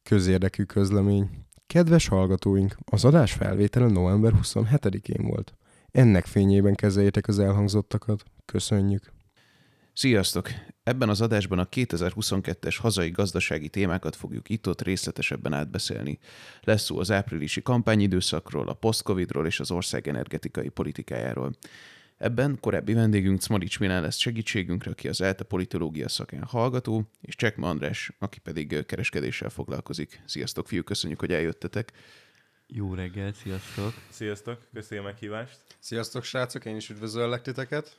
Közérdekű közlemény. Kedves hallgatóink, az adás felvétele november 27-én volt. Ennek fényében kezeljétek az elhangzottakat. Köszönjük! Sziasztok! Ebben az adásban a 2022-es hazai gazdasági témákat fogjuk itt-ott részletesebben átbeszélni. Lesz szó az áprilisi kampányidőszakról, a post-covidról és az ország energetikai politikájáról. Ebben korábbi vendégünk Cmodics Milán lesz segítségünkre, aki az ELTE politológia szakán hallgató, és Csekma András, aki pedig kereskedéssel foglalkozik. Sziasztok, fiúk, köszönjük, hogy eljöttetek. Jó reggelt, sziasztok! Sziasztok, köszönjük a meghívást! Sziasztok, srácok, én is üdvözöllek titeket!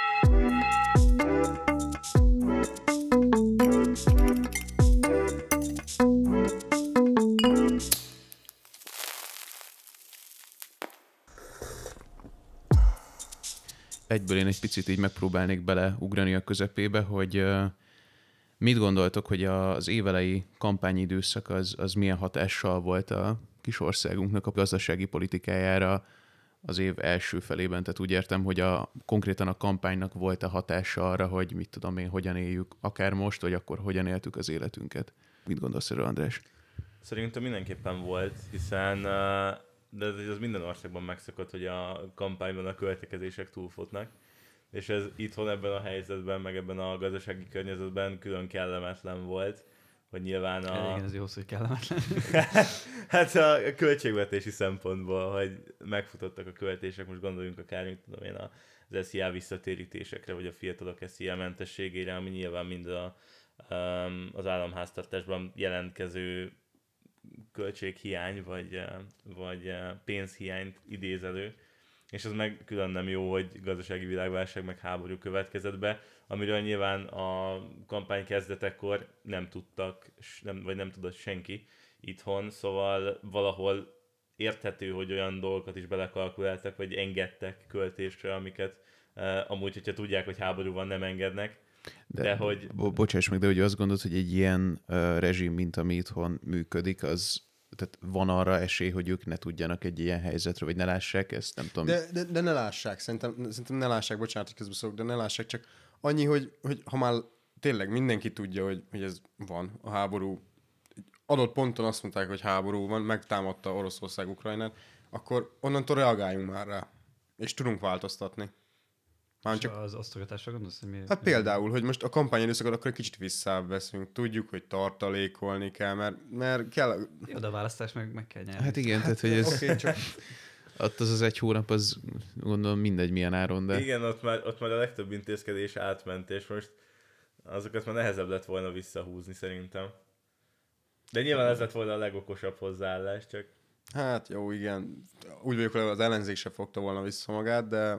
Egyből én egy picit így megpróbálnék beleugrani a közepébe, hogy mit gondoltok, hogy az évelei kampányidőszak az milyen hatással volt a kis országunknak a gazdasági politikájára az év első felében? Tehát úgy értem, hogy konkrétan a kampánynak volt a hatása arra, hogy mit tudom én, hogyan éljük akár most, vagy akkor hogyan éltük az életünket. Mit gondolsz erről, András? Szerintem mindenképpen volt, hiszen de ez minden országban megszokott, hogy a kampányban a költekezések túlfutnak, és ez itthon ebben a helyzetben, meg ebben a gazdasági környezetben külön kellemetlen volt, hogy nyilván Igen, ez jó szó, hogy kellemetlen. Hát a költségvetési szempontból, hogy megfutottak a költések, most gondoljunk akár, mint tudom én, az SZIA visszatérítésekre, vagy a fiatalok SZIA mentességére, ami nyilván mind az államháztartásban jelentkező költséghiány, vagy pénzhiányt idéz elő, és ez meg külön nem jó, hogy gazdasági világválság meg háború következett be, amiről nyilván a kampány kezdetekor nem tudtak, vagy nem tudott senki itthon, szóval valahol érthető, hogy olyan dolgokat is belekalkuláltak, vagy engedtek költésre, amiket amúgy, hogyha tudják, hogy háború van, nem engednek. De hogy... Bocsáss meg, de hogy azt gondolod, hogy egy ilyen rezsim, mint ami itthon működik, az tehát van arra esély, hogy ők ne tudjanak egy ilyen helyzetről, vagy ne lássák ezt, nem tudom. De ne lássák, szerintem ne lássák, bocsánat, hogy közbeszólok, de ne lássák, csak annyi, hogy ha már tényleg mindenki tudja, hogy ez van, a háború, adott ponton azt mondták, hogy háború van, megtámadta Oroszország Ukrajnát, akkor onnantól reagáljunk már rá, és tudunk változtatni. És csak... az osztogatásra gondolsz, hogy miért? Hát például, hogy most a kampányidőszakot akkor egy kicsit visszaveszünk. Tudjuk, hogy tartalékolni kell, mert kell... Jó, de a választást meg kell nyerni. Hát igen, tehát hogy ez... Okay, csak... az egy hónap, az gondolom mindegy milyen áron, de... Igen, ott már a legtöbb intézkedés átment, és most azokat már nehezebb lett volna visszahúzni szerintem. De nyilván ez lett volna a legokosabb hozzáállás, csak... Hát jó, igen. Úgy vagyok, hogy az ellenzék se fogta volna vissza magát, de...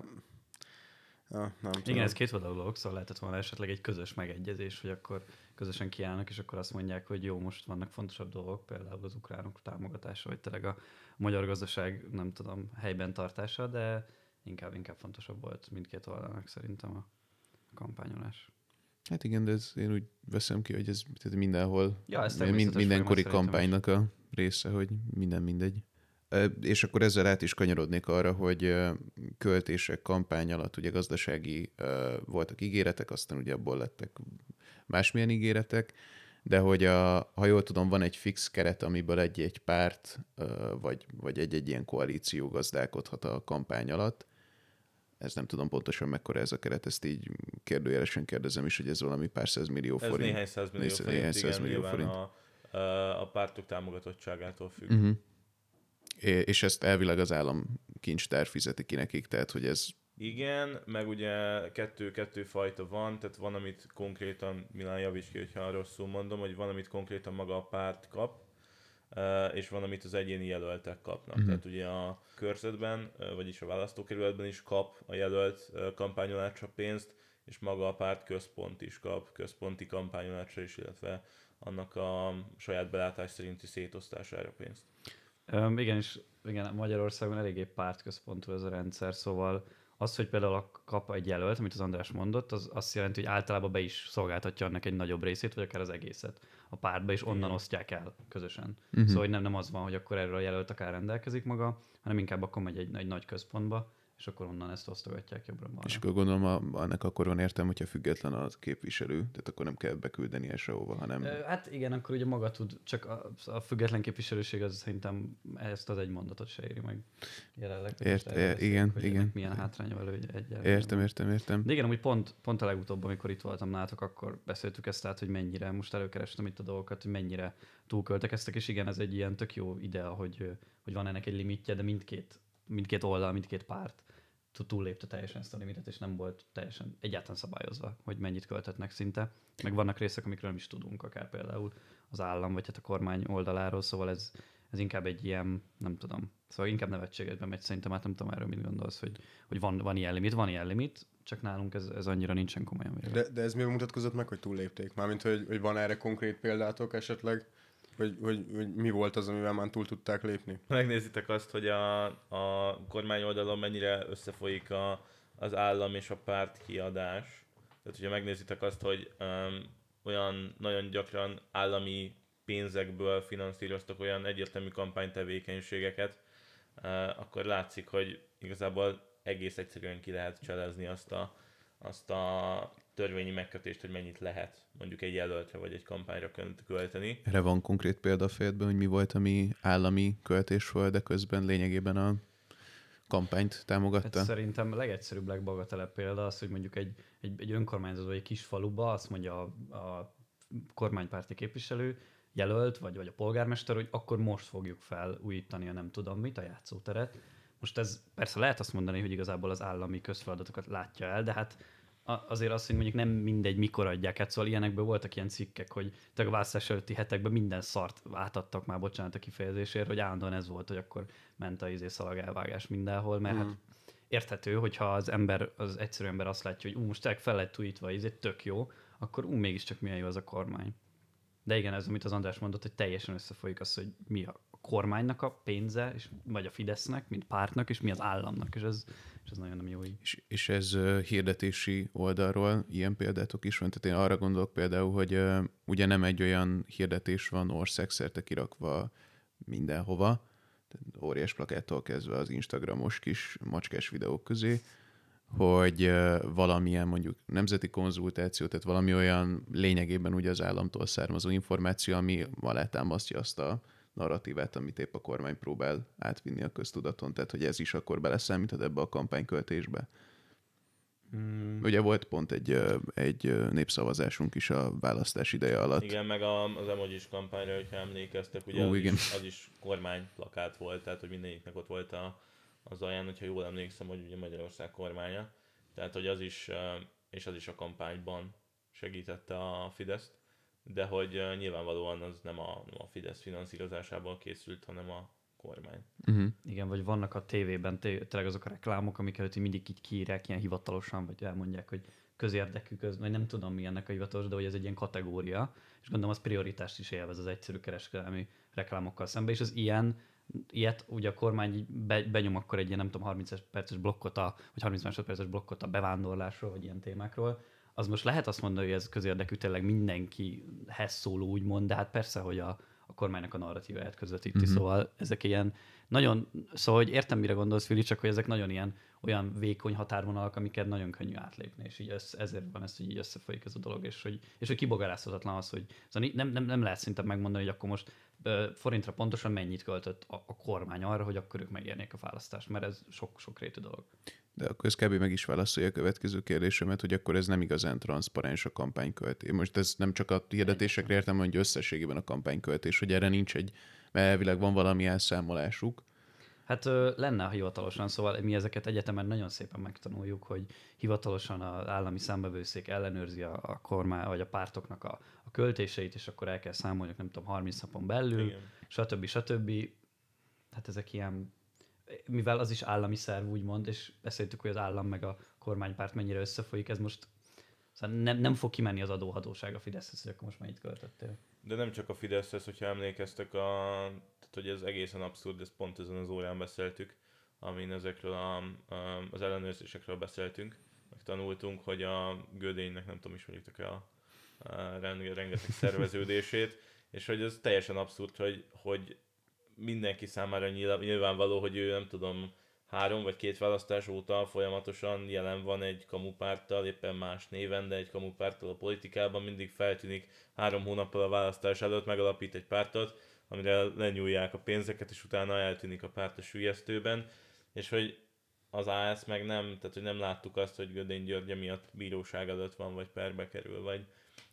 Ja, nem tudom. Igen, ez kétoldalú dolog, szóval lehetett volna esetleg egy közös megegyezés, hogy akkor közösen kiállnak, és akkor azt mondják, hogy jó, most vannak fontosabb dolgok, például az ukránok támogatása, vagy tényleg a magyar gazdaság, nem tudom, helyben tartása, de inkább fontosabb volt mindkét oldalnak szerintem a kampányolás. Hát igen, de én úgy veszem ki, hogy ez tehát mindenhol, mindenkori kampánynak a része, hogy minden mindegy. És akkor ezzel át is kanyarodnék arra, hogy költések, kampány alatt ugye gazdasági voltak ígéretek, aztán ugye abból lettek másmilyen ígéretek, de hogy ha jól tudom, van egy fix keret, amiből egy párt, vagy egy ilyen koalíció gazdálkodhat a kampány alatt. Ez nem tudom pontosan mekkora ez a keret, ezt így kérdőjelesen kérdezem is, hogy ez valami pár százmillió forint. Ez néhány százmillió forint, a pártok támogatottságától függ. Uh-huh. És ezt elvileg az államkincstár fizeti ki nekik, tehát hogy ez... Igen, meg ugye kettő fajta van, tehát van, amit konkrétan, Milán javíts ki, hogyha rosszul mondom, hogy van, amit konkrétan maga a párt kap, és van, amit az egyéni jelöltek kapnak. Uh-huh. Tehát ugye a körzetben, vagyis a választókerületben is kap a jelölt kampányolásra pénzt, és maga a párt központ is kap, központi kampányolásra is, illetve annak a saját belátás szerinti szétosztására pénzt. Igen, Magyarországon eléggé pártközpontú ez a rendszer, szóval az, hogy például kap egy jelölt, amit az András mondott, az azt jelenti, hogy általában be is szolgáltatja annak egy nagyobb részét, vagy akár az egészet a pártba, és onnan osztják el közösen. Szóval hogy nem az van, hogy akkor erről a jelölt akár rendelkezik maga, hanem inkább akkor megy egy nagy központba, és és akkor onnan ezt osztogatják jobbra-balra. És akkor gondolom, annak akkor van értelme, hogyha független a képviselő, tehát akkor nem kell beküldeni sehova, hanem... Hát igen, akkor ugye maga tud, csak a független képviselőség az szerintem ezt az egy mondatot se éri meg jelenleg. Igen. Milyen hátránya vele egyáltalán. Értem. De igen, amúgy pont a legutóbb, amikor itt voltam nálatok, akkor beszéltük ezt át, hogy mennyire, most előkerestem itt a dolgokat, hogy mennyire túlköltekeztek, és igen, ez egy ilyen tök jó idea, hogy van ennek egy limitje, de mindkét oldal, mindkét párt túllépte teljesen ezt a limitet, és nem volt teljesen egyáltalán szabályozva, hogy mennyit költetnek szinte. Meg vannak részek, amikről nem is tudunk, akár például az állam, vagy hát a kormány oldaláról, szóval ez inkább egy ilyen, nem tudom, szóval inkább nevetségesben megy, szerintem, hát nem tudom erről mit gondolsz, hogy van ilyen limit, csak nálunk ez annyira nincsen komolyan véve. De ez mivel mutatkozott meg, hogy túllépték? Mármint, hogy van erre konkrét példátok esetleg? Hogy mi volt az, amivel már túl tudták lépni? Megnézitek azt, hogy a kormány oldalon mennyire összefolyik az állam és a párt kiadás. Tehát, hogyha megnézitek azt, hogy olyan nagyon gyakran állami pénzekből finanszíroztak olyan egyértelmű kampánytevékenységeket, akkor látszik, hogy igazából egész egyszerűen ki lehet cselezni azt a törvényi megkötést, hogy mennyit lehet mondjuk egy jelöltre vagy egy kampányra költeni. Erre van konkrét példa a fejedben, hogy mi volt, ami állami költés volt, de közben lényegében a kampányt támogatta? Hát szerintem a legegyszerűbb, legbagatelebb példa az, hogy mondjuk egy önkormányzat vagy egy kis faluba azt mondja a kormánypárti képviselő, jelölt, vagy a polgármester, hogy akkor most fogjuk felújítani a nem tudom mit, a játszóteret. Most ez persze lehet azt mondani, hogy igazából az állami közfeladatokat látja el, de hát azért az, hogy mondjuk nem mindegy, mikor adják át, szóval ilyenekből voltak ilyen cikkek, hogy a választás előtti hetekben minden szart átadtak már, bocsánat a kifejezésért, hogy állandóan ez volt, hogy akkor ment a szalagelvágás mindenhol, mert hát érthető, hogyha az egyszerű ember azt látja, hogy most fel lett újítva, tök jó, akkor mégiscsak milyen jó az a kormány. De igen, ez, amit az András mondott, hogy teljesen összefolyik az, hogy mi a kormánynak a pénze, vagy a Fidesznek, mint pártnak, és mi az államnak, és ez nagyon nem jó így. És ez hirdetési oldalról ilyen példátok is van? Tehát én arra gondolok például, hogy ugye nem egy olyan hirdetés van országszerte kirakva mindenhova, tehát óriás plakáttól kezdve az Instagramos kis macskás videók közé, hogy valamilyen mondjuk nemzeti konzultáció, tehát valami olyan lényegében ugye az államtól származó információ, ami alátámasztja azt a narratívát, amit épp a kormány próbál átvinni a köztudaton, tehát hogy ez is akkor beleszámíthat ebbe a kampányköltésbe. Ugye volt pont egy népszavazásunk is a választás ideje alatt. Igen, meg az emojis kampányra, hogyha emlékeztek, ugye az is kormányplakát volt, tehát hogy mindegyiknek ott volt az alján, hogyha jól emlékszem, hogy ugye Magyarország kormánya. Tehát, hogy az is a kampányban segítette a Fideszt, de hogy nyilvánvalóan az nem a Fidesz finanszírozásából készült, hanem a kormány. Igen, vagy vannak a tévében tényleg azok a reklámok, amik előtt mindig így kiírják ilyen hivatalosan, vagy elmondják, hogy közérdekű, vagy nem tudom mi ennek a hivatalos, de hogy ez egy ilyen kategória, és gondolom az prioritást is élvez az egyszerű kereskedelmi reklámokkal szemben, és az ilyet ugye a kormány benyom akkor egy ilyen, nem tudom, 30 perces blokkot, vagy 30 másodperces blokkot a bevándorlásról, vagy ilyen témákról. Az most lehet azt mondani, hogy ez közérdekű, tényleg mindenkihez szóló úgymond, de hát persze, hogy a kormánynak a narratíváját közvetíti, szóval ezek ilyen nagyon, szóval hogy értem, mire gondolsz, Fili, csak hogy ezek nagyon ilyen olyan vékony határvonalak, amiket nagyon könnyű átlépni, és így ezért van ez, hogy így összefolyik ez a dolog, és hogy kibogarázhatatlan az, hogy szóval nem lehet szinte megmondani, hogy akkor most forintra pontosan mennyit költött a kormány arra, hogy akkor ők megérnék a választást, mert ez sok rétű dolog. De akkor ez kb. Meg is válaszolja a következő kérdésemet, hogy akkor ez nem igazán transzparens a kampányköltés. Most ez nem csak a hirdetésekre értem, hogy összességében a kampányköltés, hogy erre nincs mert elvileg van valami elszámolásuk. Hát lenne hivatalosan, szóval mi ezeket egyetemen nagyon szépen megtanuljuk, hogy hivatalosan az állami számbevőszék ellenőrzi a kormány vagy a pártoknak a költéseit, és akkor el kell számolni, nem tudom, 30 napon belül, stb. Hát ezek ilyen, mivel az is állami szerv úgymond, és beszéltük, hogy az állam meg a kormánypárt mennyire összefolyik, ez most szóval nem fog kimenni az adóhatóság a Fideszhez, hogy akkor most mennyit költöttél. De nem csak a Fideszhez, hogyha emlékeztek, tehát, hogy ez egészen abszurd, ezt pont ezen az órán beszéltük, amin ezekről az ellenőrzésekről beszéltünk, meg tanultunk, hogy a Gödénynek nem tudom, ismerjük-e a rengeteg szerveződését, és hogy ez teljesen abszurd, hogy mindenki számára nyilvánvaló, hogy ő nem tudom 3 vagy 2 választás óta folyamatosan jelen van egy kamupárttal, éppen más néven, de egy kamupárttal a politikában, mindig feltűnik 3 hónappal a választás előtt, megalapít egy pártot, amire lenyúlják a pénzeket, és utána eltűnik a párt a süllyesztőben, és hogy az AS meg nem, tehát hogy nem láttuk azt, hogy Gödény György miatt bíróság előtt van, vagy perbe kerül, vagy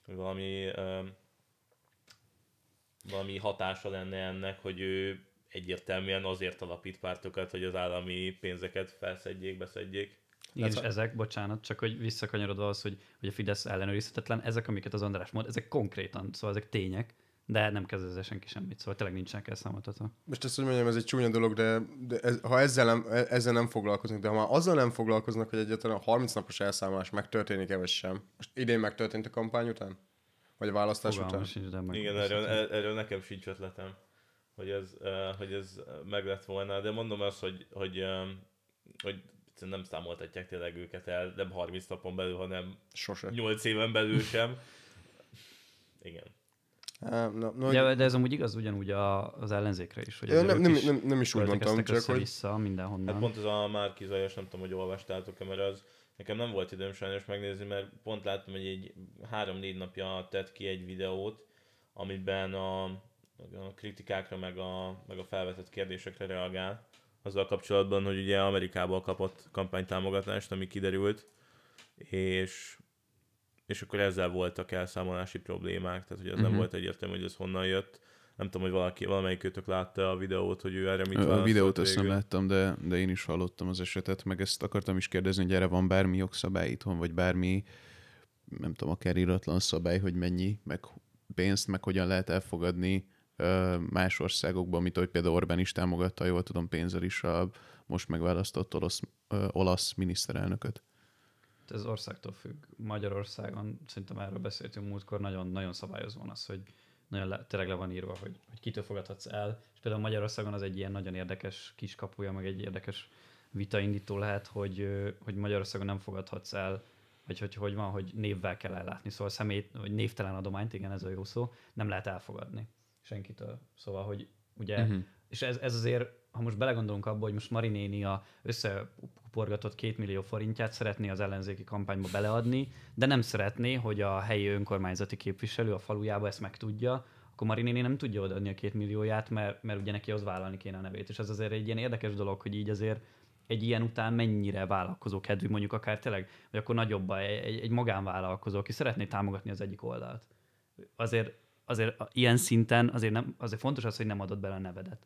valami hatása lenne ennek, hogy ő egyértelműen azért alapít pártokat, hogy az állami pénzeket felszedjék, beszedjék. Igen, és ezek, bocsánat, csak hogy visszakanyarodva az, hogy a Fidesz ellenőrizhetetlen, ezek, amiket az András mond, ezek konkrétan, szóval ezek tények, de nem kezd ezzel senki semmit, szóval tényleg nincsenek elszámoltatva. Most ezt, hogy mondjam, ez egy csúnya dolog, de ha ezzel nem foglalkoznak, de ha már azzal nem foglalkoznak, hogy egyáltalán a 30 napos elszámolás megtörténik-e vagy sem. Most idén megtörtént a kampány után? Vagy a választás után? Igen, erről nekem sincs ötletem, hogy ez meg lett volna, de mondom azt, hogy nem számoltatják tényleg őket el, nem 30 napon belül, hanem sose. 8 éven belül sem. Igen. De ez amúgy igaz ugyanúgy az ellenzékre is, hogy nem is úgy mondtam, csak hogy... vissza mindenhonnan. Hát pont ez a Márki Zajos, nem tudom, hogy olvastátok-e, mert az nekem nem volt időm sajnos megnézni, mert pont láttam, hogy egy 3-4 napja tett ki egy videót, amiben a kritikákra meg a felvetett kérdésekre reagál. Azzal kapcsolatban, hogy ugye Amerikából kapott kampánytámogatást, ami kiderült, és akkor ezzel voltak elszámolási problémák, tehát hogy ez nem volt egyértelmű, hogy ez honnan jött. Nem tudom, hogy valamelyikőtök látta a videót, hogy ő erre mit válaszolt. A videót azt nem láttam, de én is hallottam az esetet, meg ezt akartam is kérdezni, hogy erre van bármi jogszabály itthon, vagy bármi, nem tudom, akár íratlan szabály, hogy mennyi, meg pénzt, meg hogyan lehet elfogadni más országokban, mint ahogy például Orbán is támogatta, jól tudom, pénzzel is a most megválasztott olasz miniszterelnököt. Ez országtól függ. Magyarországon, szerintem erről beszéltünk múltkor, nagyon szabályozva van az, hogy tényleg le van írva, hogy kitől fogadhatsz el. És például Magyarországon az egy ilyen nagyon érdekes kiskapuja, meg egy érdekes vitaindító lehet, hogy Magyarországon nem fogadhatsz el, vagy hogy van, hogy névvel kell ellátni. Szóval vagy névtelen adományt, igen, ez a jó szó, nem lehet elfogadni senkitől. Szóval, hogy ugye, és ez azért, ha most belegondolunk abba, hogy most Mari néni a összeporgatott 2 millió forintját szeretné az ellenzéki kampányba beleadni, de nem szeretné, hogy a helyi önkormányzati képviselő a falujába ezt megtudja, akkor Mari néni nem tudja odaadni a 2 millióját, mert ugye neki az vállalni kéne a nevét. És ez azért egy ilyen érdekes dolog, hogy így azért egy ilyen után mennyire vállalkozó kedvű, mondjuk akár tényleg, vagy akkor nagyobb egy magánvállalkozó, aki szeretné támogatni az egyik oldalt. Azért ilyen szinten azért fontos az, hogy nem adod bele a nevedet.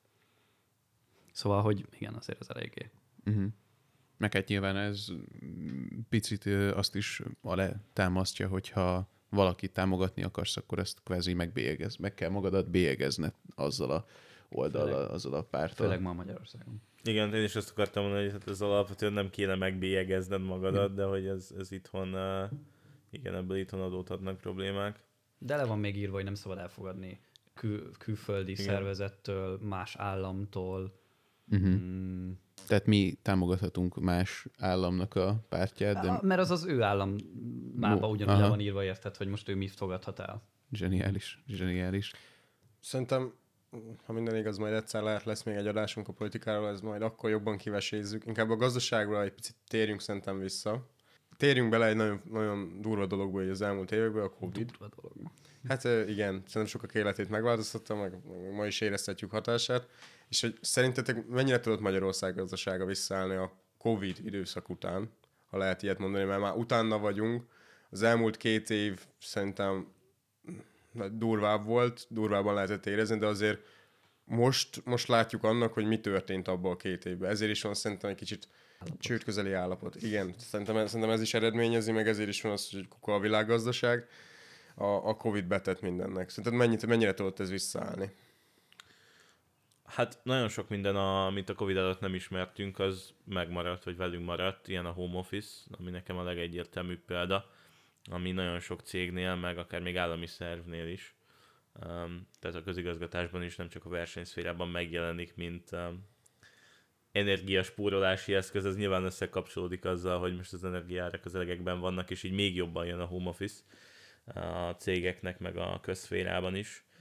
Szóval, hogy igen, azért az eléggé. Meg hát nyilván ez picit azt is alá támasztja, hogyha valakit támogatni akarsz, akkor ezt kvázi meg kell magadat bélyegezned azzal a oldallal, azzal a párttal. Főleg ma Magyarországon. Igen, én is ezt akartam mondani, hogy hát ez alapvetően nem kéne megbélyegezned magadat, de hogy ez itthon, igen, ebből itthon adódhatnak problémák. De le van még írva, hogy nem szabad elfogadni külföldi szervezettől, más államtól. Tehát mi támogathatunk más államnak a pártját, de... Mert az ő államába ugyanúgy le van írva, érted, hogy most ő mit fogadhat el. Zseniális. Szerintem, ha minden igaz, majd egyszer lesz még egy adásunk a politikáról, ez majd akkor jobban kivesézzük. Inkább a gazdaságról egy picit térjünk szerintem vissza. Térjünk bele egy nagyon, nagyon durva dologba az elmúlt években, a Covid. Durva dolog. Hát igen, szerintem sokak életét megváltoztatta, meg ma is érezhetjük hatását. És hogy szerintetek mennyire tudott Magyarország gazdasága visszaállni a Covid időszak után, ha lehet ilyet mondani, mert már utána vagyunk. Az elmúlt 2 év szerintem durvábban lehetett érezni, de azért most látjuk annak, hogy mi történt abban a 2 évben. Ezért is van szerintem egy kicsit csődközeli állapot. Igen, szerintem ez is eredményezi, meg ezért is van az, hogy kuka a világgazdaság. A Covid betett mindennek. Szerinted mennyire tudott ez visszaállni? Hát nagyon sok minden, amit a Covid alatt nem ismertünk, az megmaradt, vagy velünk maradt. Ilyen a home office, ami nekem a legegyértelműbb példa, ami nagyon sok cégnél, meg akár még állami szervnél is. Tehát a közigazgatásban is, nem csak a versenyszférában megjelenik, mint energiaspórolási eszköz. Ez nyilván összekapcsolódik azzal, hogy most az energiaárak az elegekben vannak, és így még jobban jön a home office a cégeknek, meg a közszférában is.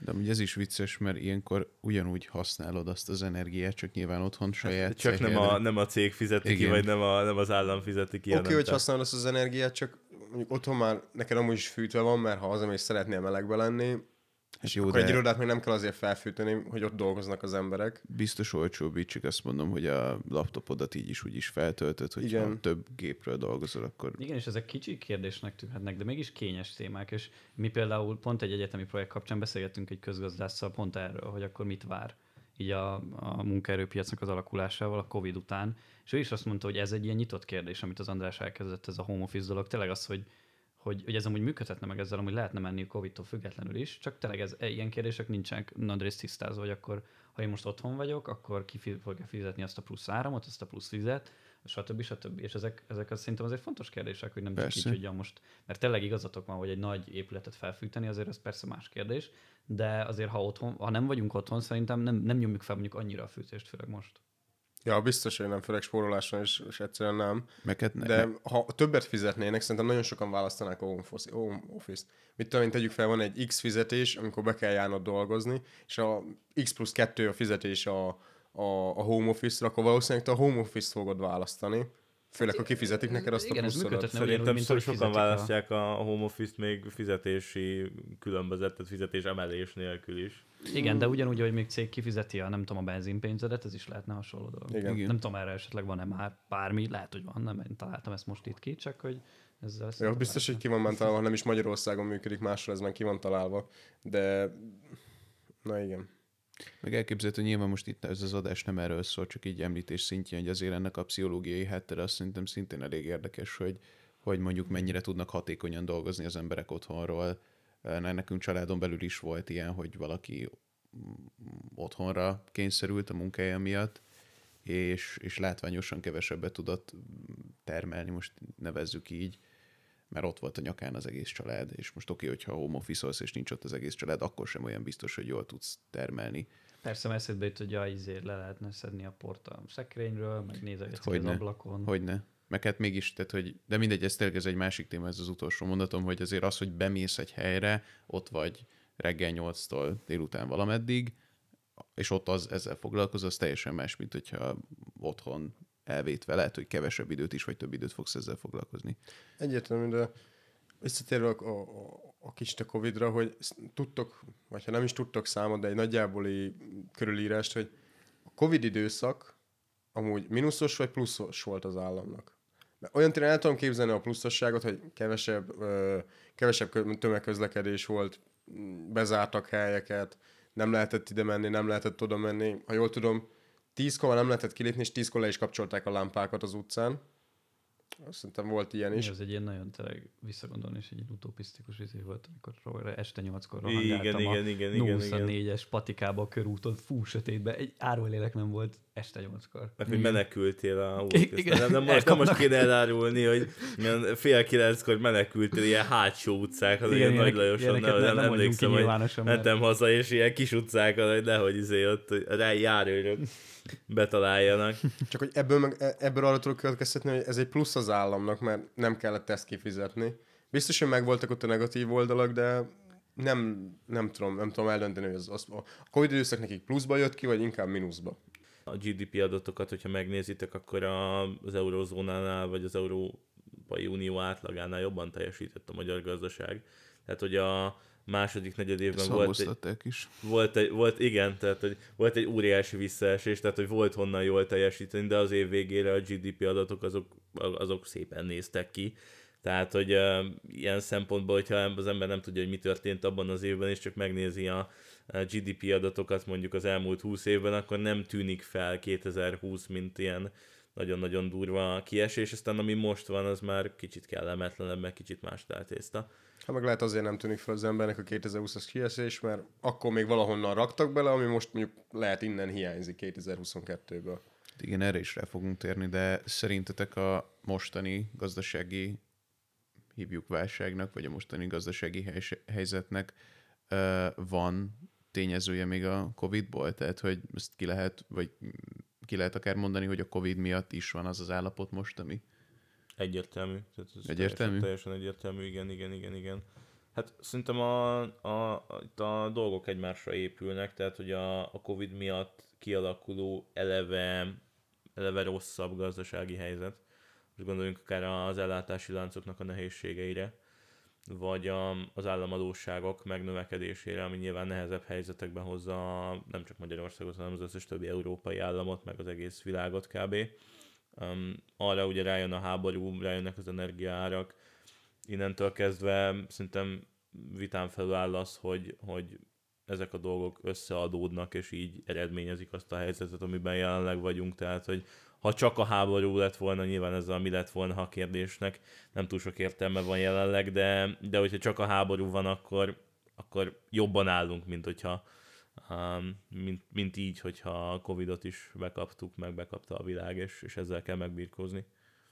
De ugye ez is vicces, mert ilyenkor ugyanúgy használod azt az energiát, csak nyilván otthon saját. Csak nem a cég fizeti ki, vagy nem az állam fizeti ki. Oké, hogy használod azt az energiát, csak mondjuk otthon már neked amúgy is fűtve van, mert ha hazamész szeretnél melegbe lenni, és jó, akkor egy irodát még nem kell azért felfűteni, hogy ott dolgoznak az emberek. Biztos olcsóbb, így csak azt mondom, hogy a laptopodat így is úgy is feltöltöd, hogyha több gépről dolgozol, akkor... Igen, és ezek kicsi kérdésnek tűnhetnek, de mégis kényes témák, és mi például pont egy egyetemi projekt kapcsán beszélgettünk egy közgazdásszal pont erről, hogy akkor mit vár így a munkaerőpiacnak az alakulásával a Covid után, és ő is azt mondta, hogy ez egy ilyen nyitott kérdés, amit az András elkezdett, ez a home office dolog, tényleg az, hogy ez amúgy működhetne meg ezzel, amúgy lehetne menni a Covid-tól függetlenül is, csak tényleg ilyen kérdések nincsenek nagyrészt tisztázva, hogy akkor, ha én most otthon vagyok, akkor ki fogja fizetni azt a plusz áramot, azt a plusz vizet, stb. És ezek szerintem azért fontos kérdések, hogy nem csak így, hogy most, mert tényleg igazatok van, hogy egy nagy épületet felfűteni, azért ez persze más kérdés, de azért ha nem vagyunk otthon, szerintem nem nyomjuk fel mondjuk annyira a fűtést, főleg most. Ja, biztos, hogy nem, főleg spóroláson is egyszerűen nem. De ha többet fizetnének, szerintem nagyon sokan választanák a home office-t. Mit tudom én, tegyük fel, van egy X fizetés, amikor be kell járnod dolgozni, és a X+2 a fizetés a home office-ra, akkor valószínűleg te a home office-t fogod választani. Főleg, ha kifizetik neked azt a pluszodat. Szerintem sokan választják a home office-t még fizetési különbözetet, fizetés emelés nélkül is. Igen, de ugyanúgy, hogy még cég kifizeti a nem tudom a benzinpénzedet, ez is lehetne hasonló dolog. Igen. Nem tudom, erre esetleg van-e már bármi, lehet, hogy van, nem, én találtam ezt most itt ki, csak hogy ezzel... Ja, biztos, hogy ki van már találva, nem is Magyarországon működik, máshol ez már ki van találva, de na igen. Meg elképzelhető, hogy nyilván most itt ez az adás nem erről szól, csak így említés szintjén, hogy azért ennek a pszichológiai háttere azt szerintem szintén elég érdekes, hogy mondjuk mennyire tudnak hatékonyan dolgozni az emberek otthonról. Nekünk családon belül is volt ilyen, hogy valaki otthonra kényszerült a munkája miatt, és látványosan kevesebbet tudott termelni, most nevezzük így, mert ott volt a nyakán az egész család, és most oké, hogyha home office-olsz, és nincs ott az egész család, akkor sem olyan biztos, hogy jól tudsz termelni. Persze, mert eszedbe jut, hogy le lehetne szedni a port a szekrényről, meg nézegetni az ablakon. Hogyne. Meg hát mégis, tehát, hogy, de mindegy, ez egy másik téma, ez az utolsó mondatom, hogy azért az, hogy bemész egy helyre, ott vagy reggel 8-tól délután valameddig, és ott ezzel foglalkozol, az teljesen más, mint hogyha otthon elvétve, lehet, hogy kevesebb időt is, vagy több időt fogsz ezzel foglalkozni. Egyértelmű, de visszatérve a kicsit a Covid-ra, hogy tudtok, vagy ha nem is tudtok számot, de egy nagyjáboli körülírást, hogy a Covid időszak amúgy mínuszos vagy pluszos volt az államnak. Mert olyan téren el tudom képzelni a pluszosságot, hogy kevesebb tömegközlekedés volt, bezártak helyeket, nem lehetett ide menni, nem lehetett oda menni. Ha jól tudom, 10-kor nem lehetett kilépni, és 10-kor le is kapcsolták a lámpákat az utcán. Azt szerintem volt ilyen is. Ez egy ilyen nagyon tényleg visszagondolni, és egy ilyen utopisztikus izé volt, amikor este 8-kor rohangáltam a 24-es patikába a körúton, fú, sötétbe, egy árulélek nem volt este 8-kor. Mert hogy menekültél a nem most kéne elárulni, hogy fél 9-kor menekültél ilyen hátsó utcákat, ilyen Nagy Lajoson, nem emlékszem, hogy mentem haza, és ilyen kis utcákat, hogy nehogy ott rá járőrök betaláljanak. Csak hogy ebből arra tudok következtetni, hogy ez egy plusz az államnak, mert nem kellett ezt kifizetni. Biztos, hogy megvoltak ott a negatív oldalak, de nem tudom eldönteni, hogy a Covid időszak nekik pluszba jött ki, vagy inkább mínuszba. A GDP adatokat, hogyha megnézitek, akkor az eurozónánál, vagy az Európai Unió átlagánál jobban teljesített a magyar gazdaság. Tehát, hogy a második negyedévben volt egy óriási visszaesés, tehát hogy volt honnan jól teljesíteni, de az év végére a GDP adatok azok szépen néztek ki. Tehát, hogy ilyen szempontból, hogyha az ember nem tudja, hogy mi történt abban az évben, és csak megnézi a GDP adatokat mondjuk az elmúlt 20 évben, akkor nem tűnik fel 2020, mint ilyen nagyon-nagyon durva kiesés, aztán ami most van, az már kicsit kellemetlenebb, meg kicsit más táltészta. Hát meg lehet azért nem tűnik fel az embernek a 2020-as kiesés, mert akkor még valahonnan raktak bele, ami most mondjuk lehet innen hiányzik 2022-ből. Igen, erre is rá fogunk térni, de szerintetek a mostani gazdasági, hívjuk válságnak, vagy a mostani gazdasági helyzetnek van tényezője még a Covid-ból? Tehát, hogy ezt ki lehet akár mondani, hogy a Covid miatt is van az állapot most, ami... Egyértelmű. Egyértelmű? Teljesen egyértelmű, igen. Hát szerintem itt a dolgok egymásra épülnek, tehát hogy a Covid miatt kialakuló eleve rosszabb gazdasági helyzet. Most gondoljunk akár az ellátási láncoknak a nehézségeire, vagy az államadósságok megnövekedésére, ami nyilván nehezebb helyzetekben hozza nem csak Magyarországot, hanem az összes többi európai államot, meg az egész világot kb. Arra ugye rájön a háború, rájönnek az energiaárak. Innentől kezdve szerintem vitán felül áll az, hogy ezek a dolgok összeadódnak, és így eredményezik azt a helyzetet, amiben jelenleg vagyunk. Tehát, hogy ha csak a háború lett volna, nyilván ez a mi lett volna a kérdésnek, nem túl sok értelme van jelenleg, de hogyha csak a háború van, akkor jobban állunk, mint hogyha mint így, hogyha a Covidot is bekaptuk, meg bekapta a világ, és ezzel kell megbirkózni.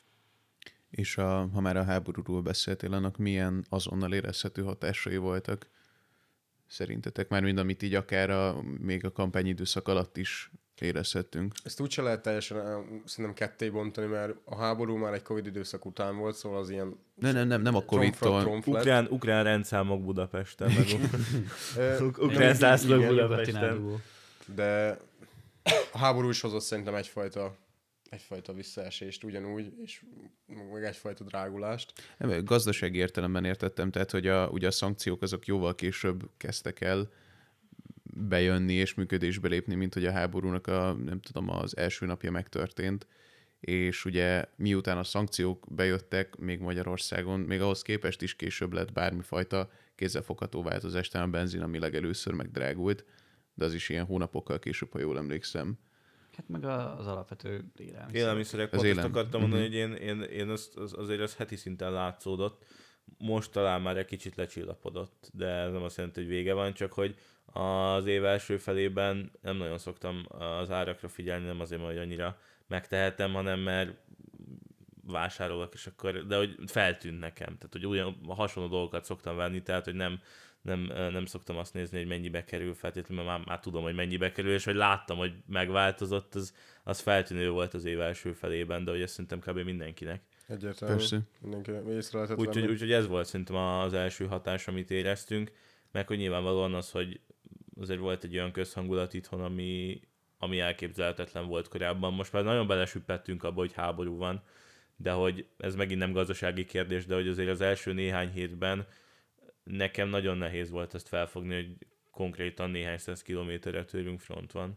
És ha már a háborúról beszéltél, annak milyen azonnal érezhető hatásai voltak szerintetek? Már mind amit így akár még a kampányidőszak alatt is érezhettünk. Ezt úgyse lehet teljesen szerintem ketté bontani, mert a háború már egy Covid időszak után volt, szóval az ilyen... Nem a Covid-tól. Ukrán rendszámok Budapesten, meg ukrán zászlók Budapesten. De a háború is hozott szerintem egyfajta visszaesést ugyanúgy, és meg egyfajta drágulást. Gazdasági értelemben értettem, tehát hogy ugye a szankciók azok jóval később kezdtek el bejönni és működésbe lépni, mint hogy a háborúnak az első napja megtörtént. És ugye miután a szankciók bejöttek, még Magyarországon, még ahhoz képest is később lett bármifajta kézzelfogható változás, talán a benzin, ami legelőször megdrágult, de az is ilyen hónapokkal később, ha jól emlékszem. Hát meg az alapvető élelmiszerek. Pont azt akartam mondani, hogy én azért az heti szinten látszódott. Most talán már egy kicsit lecsillapodott, de ez nem azt jelenti, hogy vége van, csak hogy az év első felében nem nagyon szoktam az árakra figyelni, nem azért, hogy annyira megtehetem, hanem mert vásárolok, és akkor, de hogy feltűnt nekem. Tehát, hogy ugyan hasonló dolgokat szoktam venni, tehát, hogy nem szoktam azt nézni, hogy mennyibe kerül feltétlenül, mert már tudom, hogy mennyibe kerül, és hogy láttam, hogy megváltozott, az feltűnő volt az év első felében, de hogy ezt szerintem kb. Mindenkinek. Egyértelmű. Persze. Mindenki észre lehetett Úgyhogy ez volt szerintem az első hatás, amit éreztünk, meg hogy nyilvánvalóan az, hogy azért volt egy olyan közhangulat itthon, ami elképzelhetetlen volt korábban. Most már nagyon belesüppettünk abba, hogy háború van, de hogy ez megint nem gazdasági kérdés, de hogy azért az első néhány hétben nekem nagyon nehéz volt ezt felfogni, hogy konkrétan néhány 100 kilométerre tőlünk front van.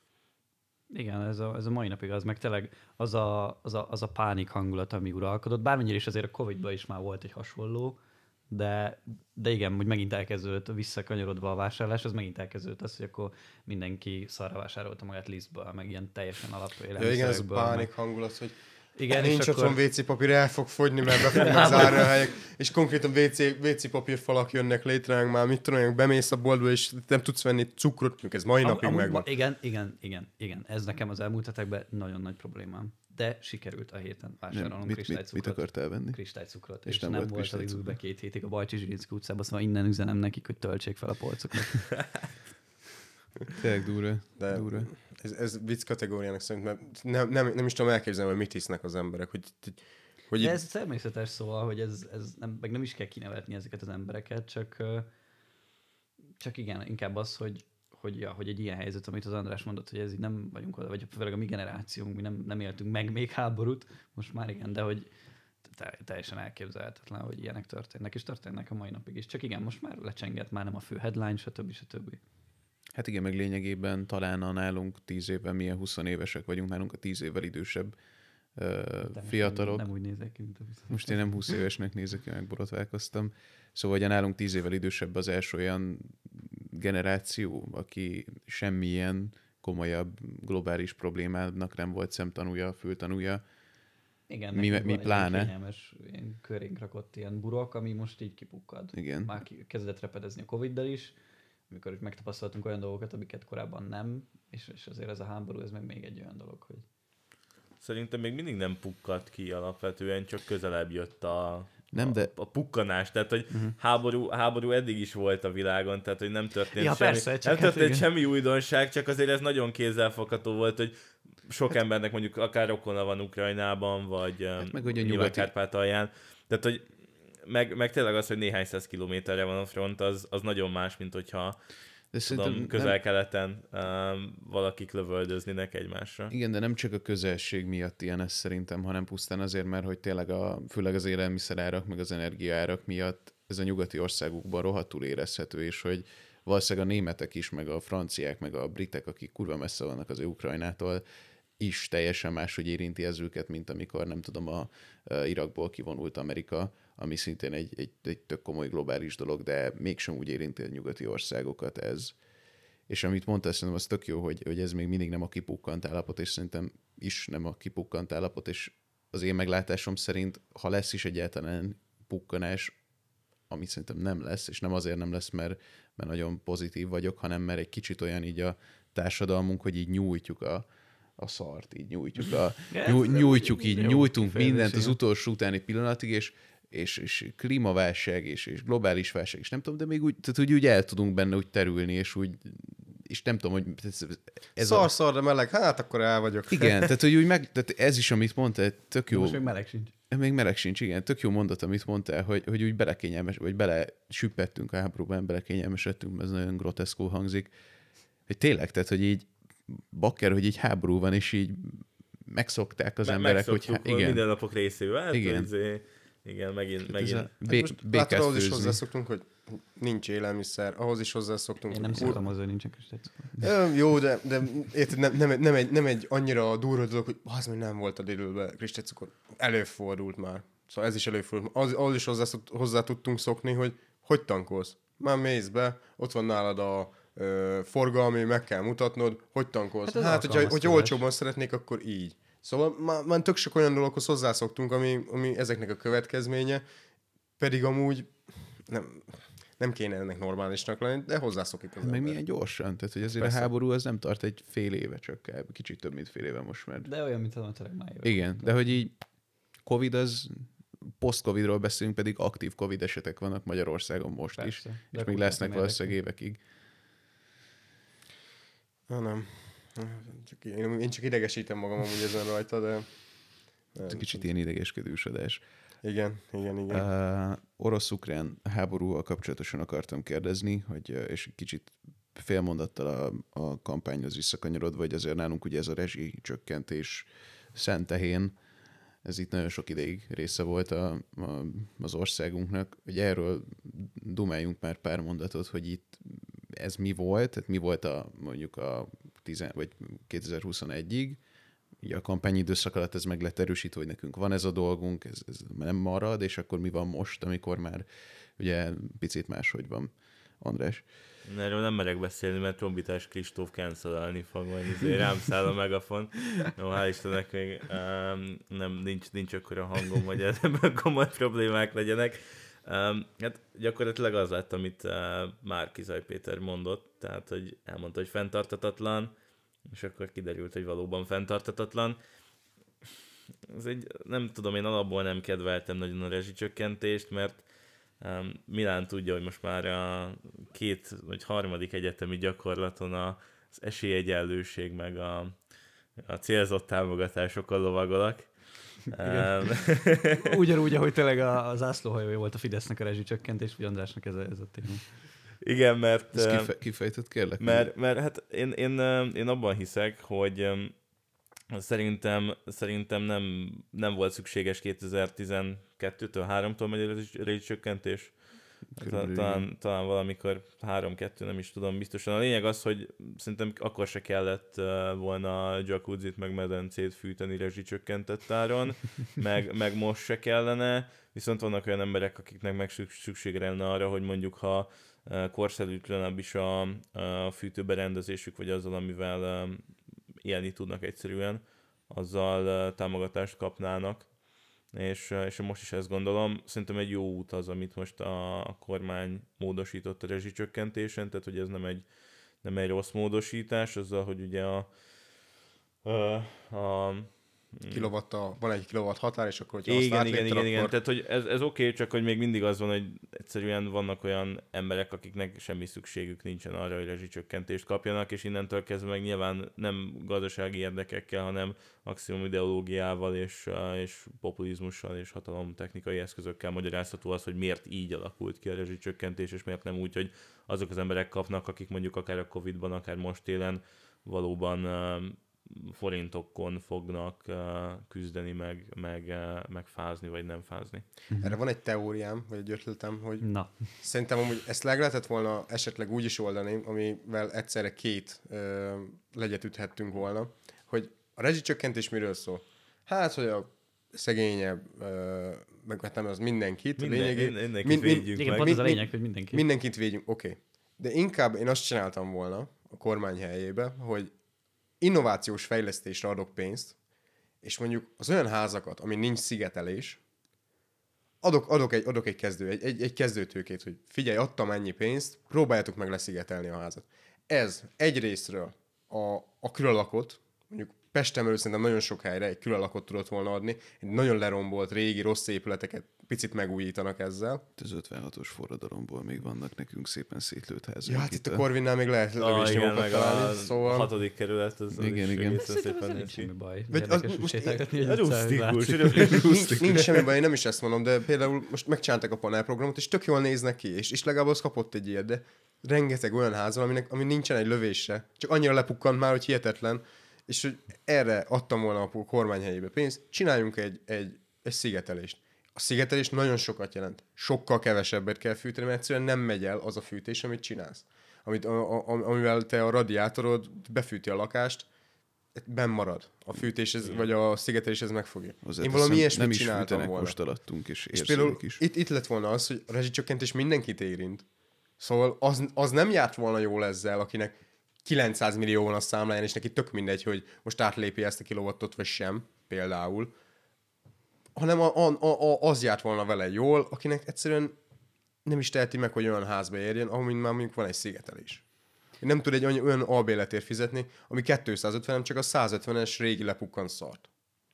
Igen, ez a mai napig az, meg tényleg az a pánik hangulat, ami uralkodott. Bármennyire is azért a Covid-ban is már volt egy hasonló, de igen, hogy megint elkezdődött visszakanyarodva a vásárlás, az megint elkezdődött az, hogy akkor mindenki szarra vásárolta magát lisztből, meg ilyen teljesen alapú élelmiszerekből. Ja, igen, ez a pánik hangulat, hogy igen, nincs otthon WC papír, el fog fogyni, mert be fognak zárni a helyek, és konkrétan WC papír falak jönnek létre, már mit tudom, bemész a boltba, és nem tudsz venni cukrot, ez mai napig megvan. Igen, ez nekem az elmúlt hetekben nagyon nagy problémám. De sikerült a héten vásárolnom kristálycukrot. Mit akartál venni? Kristálycukrot, és nem volt a Lidlbe 2 hétig a Bajcsi Zsirinszky utcában, szóval innen üzenem nekik, hogy töltsék fel a polcokat. Tényleg durva. Ez vicc kategóriának szerintem, mert nem is tudom elképzelni, hogy mit hisznek az emberek. Hogy de ez természetes, szóval, hogy ez nem is kell kinevetni ezeket az embereket, csak igen, inkább az, hogy egy ilyen helyzet, amit az András mondott, hogy ez így nem vagyunk oda, vagy főleg a mi generációnk, mi nem éltünk meg még háborút, most már igen, de hogy teljesen elképzelhetetlen, hogy ilyenek történnek, és történnek a mai napig is. Csak igen, most már lecsengett, már nem a fő headline, stb. Hát igen, meg lényegében talán a nálunk 10 évvel, milyen 20 évesek vagyunk, nálunk a 10 évvel idősebb fiatalok. Nem úgy nézek ki, mint a 20. Most én nem 20 évesnek nézek ki, megborotválkoztam. Szóval, hogy nálunk 10 évvel idősebb az első olyan generáció, aki semmilyen komolyabb globális problémának nem volt szemtanúja, fültanúja. Igen, mi pláne. Egy kényelmes ilyen körénk rakott ilyen burok, ami most így kipukkad. Igen. Már kezdett repedezni a Covid-del is, amikor megtapasztaltunk olyan dolgokat, amiket korábban nem, és azért ez a háború, ez meg még egy olyan dolog, hogy... Szerintem még mindig nem pukkadt ki alapvetően, csak közelebb jött a pukkanás. Tehát, hogy háború eddig is volt a világon, tehát, hogy nem történt semmi újdonság, csak azért ez nagyon kézzelfogható volt, hogy sok embernek mondjuk akár rokona van Ukrajnában, vagy meg, hogy a Nyugat-Kárpátalján. Tehát, hogy meg tényleg az, hogy néhány száz kilométerre van a front, az nagyon más, mint hogyha közel-keleten valakik lövöldöznének egymásra. Igen, de nem csak a közelség miatt ilyen ez szerintem, hanem pusztán azért, mert hogy tényleg főleg az élelmiszerárak, meg az energiaárak miatt ez a nyugati országokban rohadtul érezhető, és hogy valószínűleg a németek is, meg a franciák, meg a britek, akik kurva messze vannak az Ukrajnától, is teljesen máshogy érinti ez őket, mint amikor, nem tudom, a Irakból kivonult Amerika, ami szintén egy tök komoly globális dolog, de mégsem úgy érinti a nyugati országokat ez. És amit mondtál, szerintem az tök jó, hogy ez még mindig nem a kipukkant állapot, és szerintem is nem a kipukkant állapot, és az én meglátásom szerint, ha lesz is egyáltalán pukkanás, ami szerintem nem lesz, és nem azért nem lesz, mert nagyon pozitív vagyok, hanem mert egy kicsit olyan így a társadalmunk, hogy így nyújtjuk a szart, így nyújtunk mindent az utolsó utáni pillanatig, és klímaválság, és globális válság, és nem tudom, de még úgy, tehát úgy el tudunk benne úgy terülni, és nem tudom, hogy szar, de meleg, hát akkor el vagyok. Igen, tehát, hogy úgy tehát ez is, amit mondtál, tök jó. Most még meleg sincs. Még meleg sincs, igen. Tök jó mondat, amit mondtál, hogy úgy belesüppettünk a háborúban, belekényelmesedtünk, ez nagyon groteszkul hangzik. Hogy tényleg, tehát, hogy így bakker, hogy így háború van, és így megszokták az emberek, hogy igen. Minden napok részével. Hát, igen. Igen, megint. Látod, ahhoz is hozzászoktunk, hogy nincs élelmiszer, ahhoz is hozzászoktunk. Én nem szoktam hozzá, hogy nincsen kristálycukor. Jó, de érted, nem egy annyira durva dolog, hogy az még nem volt a délőben kristálycukor. Előfordult már. Szóval ez is előfordult. Az is hozzá tudtunk szokni, hogy tankolsz. Már mész be, ott van nálad a forgalmi, meg kell mutatnod, hogy tankolsz. Hát hogyha olcsóban szeretnék, akkor így. Szóval már tök sok olyan dologhoz hozzászoktunk, ami ezeknek a következménye, pedig amúgy nem kéne ennek normálisnak lenni, de hozzászokik az meg ember. milyen gyorsan, tehát hogy azért persze. A háború az nem tart egy fél éve, csak kicsit több, mint fél éve most már. De olyan, mint a tényleg már éve. Igen, de hogy így Covid az, post-Covidról beszélünk, pedig aktív Covid esetek vannak Magyarországon most persze, is, és még lesznek valószínűleg évekig. Nem. Én csak idegesítem magam amúgy ezen rajta, de... Ez kicsit ilyen idegeskedős adás. Igen. Orosz-ukrán háborúval kapcsolatosan akartam kérdezni, és kicsit félmondattal a kampányhoz visszakanyarodva, hogy azért nálunk ugye ez a rezsicsökkentés szentehén, ez itt nagyon sok ideig része volt az országunknak, hogy erről dumáljunk már pár mondatot, hogy itt ez mi volt, tehát mi volt mondjuk a 2021-ig, ugye a kampányidőszak alatt ez meg lett erősítve, hogy nekünk van ez a dolgunk, ez nem marad, és akkor mi van most, amikor már ugye picit máshogy van. András? Erről nem merek beszélni, mert Trombitás Kristóf cancelálni fog, majd rám száll a megafon. No, hál' Istennek még nincs akkora hangom, hogy ebben komoly problémák legyenek. Hát gyakorlatilag az lett, amit Márki-Zay Péter mondott, tehát hogy elmondta, hogy fenntarthatatlan, és akkor kiderült, hogy valóban fenntarthatatlan. Nem tudom, én alapból nem kedveltem nagyon a rezsicsökkentést, mert Milán tudja, hogy most már a 2. vagy 3. egyetemi gyakorlaton az esélyegyenlőség meg a célzott támogatásokkal lovagolak. Ugyanúgy, ahogy tényleg a zászlóhajója volt a Fidesznek a rezsicsökkentés, vagy Andrásnak ez a téma. Igen, mert... Ezt kifejtett, kérlek? Mert hát én abban hiszek, hogy szerintem nem volt szükséges 2012-től, 3-tól megy a rezsicsökkentés. Talán valamikor 3-2, nem is tudom biztosan. A lényeg az, hogy szerintem akkor se kellett volna jacuzzit meg medencét fűteni rezsicsökkentett áron, meg most se kellene, viszont vannak olyan emberek, akiknek meg szükségre lenne arra, hogy mondjuk ha korszerűtlenebb is a fűtőberendezésük, vagy azzal, amivel élni tudnak egyszerűen, azzal támogatást kapnának. És most is ezt gondolom. Szerintem egy jó út az, amit most a kormány módosított a rezsicsökkentésen, tehát hogy ez nem egy rossz módosítás, azzal, hogy ugye van egy kilowatt határ, és akkor, hogyha azt átlépted, igen. Tehát, hogy ez oké, csak hogy még mindig az van, hogy egyszerűen vannak olyan emberek, akiknek semmi szükségük nincsen arra, hogy rezsicsökkentést kapjanak, és innentől kezdve meg nyilván nem gazdasági érdekekkel, hanem maximum ideológiával és populizmussal és hatalomtechnikai eszközökkel magyarázható az, hogy miért így alakult ki a rezsicsökkentés, és miért nem úgy, hogy azok az emberek kapnak, akik mondjuk akár a Covid-ban, akár most télen valóban forintokon fognak küzdeni, meg fázni, vagy nem fázni. Erre van egy teóriám, vagy egy ötletem, hogy szerintem amúgy ezt meg lehetett volna esetleg úgy is oldani, amivel egyszerre két legyet üthettünk volna, hogy a rezsicsökkentés miről szól? Hát, hogy a szegényebb, meg hát nem az mindenkit. Mindenkit védjünk meg. Igen, az a lényeg, hogy mindenkit. Mindenkit védjünk, oké. De inkább én azt csináltam volna a kormány helyébe, hogy innovációs fejlesztésre adok pénzt, és mondjuk az olyan házakat, ami nincs szigetelés, adok egy kezdőtőkét, hogy figyelj, adtam ennyi pénzt, próbáljátok meg leszigetelni a házat. Ez egyrésztről a külalakot, mondjuk Pesten szerintem nagyon sok helyre egy külalakot tudott volna adni, egy nagyon lerombolt, régi, rossz épületeket picit megújítanak ezzel. Az 56-os forradalomból még vannak nekünk szépen szétlőtt házak. Ja, hát itt a Korvinnál még lehet lövéšnyomokat találni, szóval... A 6. kerület, az igen. Szépen nincs semmi baj. Nincs semmi baj, én nem is ezt mondom, de például most megcsináltak a panelprogramot, és tök jól néznek ki, és legalább az kapott egy ilyet, de rengeteg olyan ház van, ami nincsen egy lövésre. Csak annyira lepukkant már, hogy hihetetlen. És hogy erre adtam volna a kormány helyébe pénzt, csináljunk egy szigetelést. A szigetelés nagyon sokat jelent. Sokkal kevesebbet kell fűteni, mert egyszerűen nem megy el az a fűtés, amit csinálsz. Amivel te a radiátorod befűti a lakást, benn marad. A fűtés, vagy a szigetelés ez megfogja. Én valami ilyesmit csináltam volna. Most alattunk, és például is. Itt lett volna az, hogy a rezsicsökkentés mindenkit érint. Szóval az nem járt volna jól ezzel, akinek 900 millió van a számláján, és neki tök mindegy, hogy most átlépi ezt a kilowattot, vagy sem, például. Hanem az járt volna vele jól, akinek egyszerűen nem is teheti meg, hogy olyan házba érjen, amin már mondjuk van egy szigetelés. Nem tud egy olyan albérletért fizetni, ami 250, nem csak a 150-es régi lepukkant szart.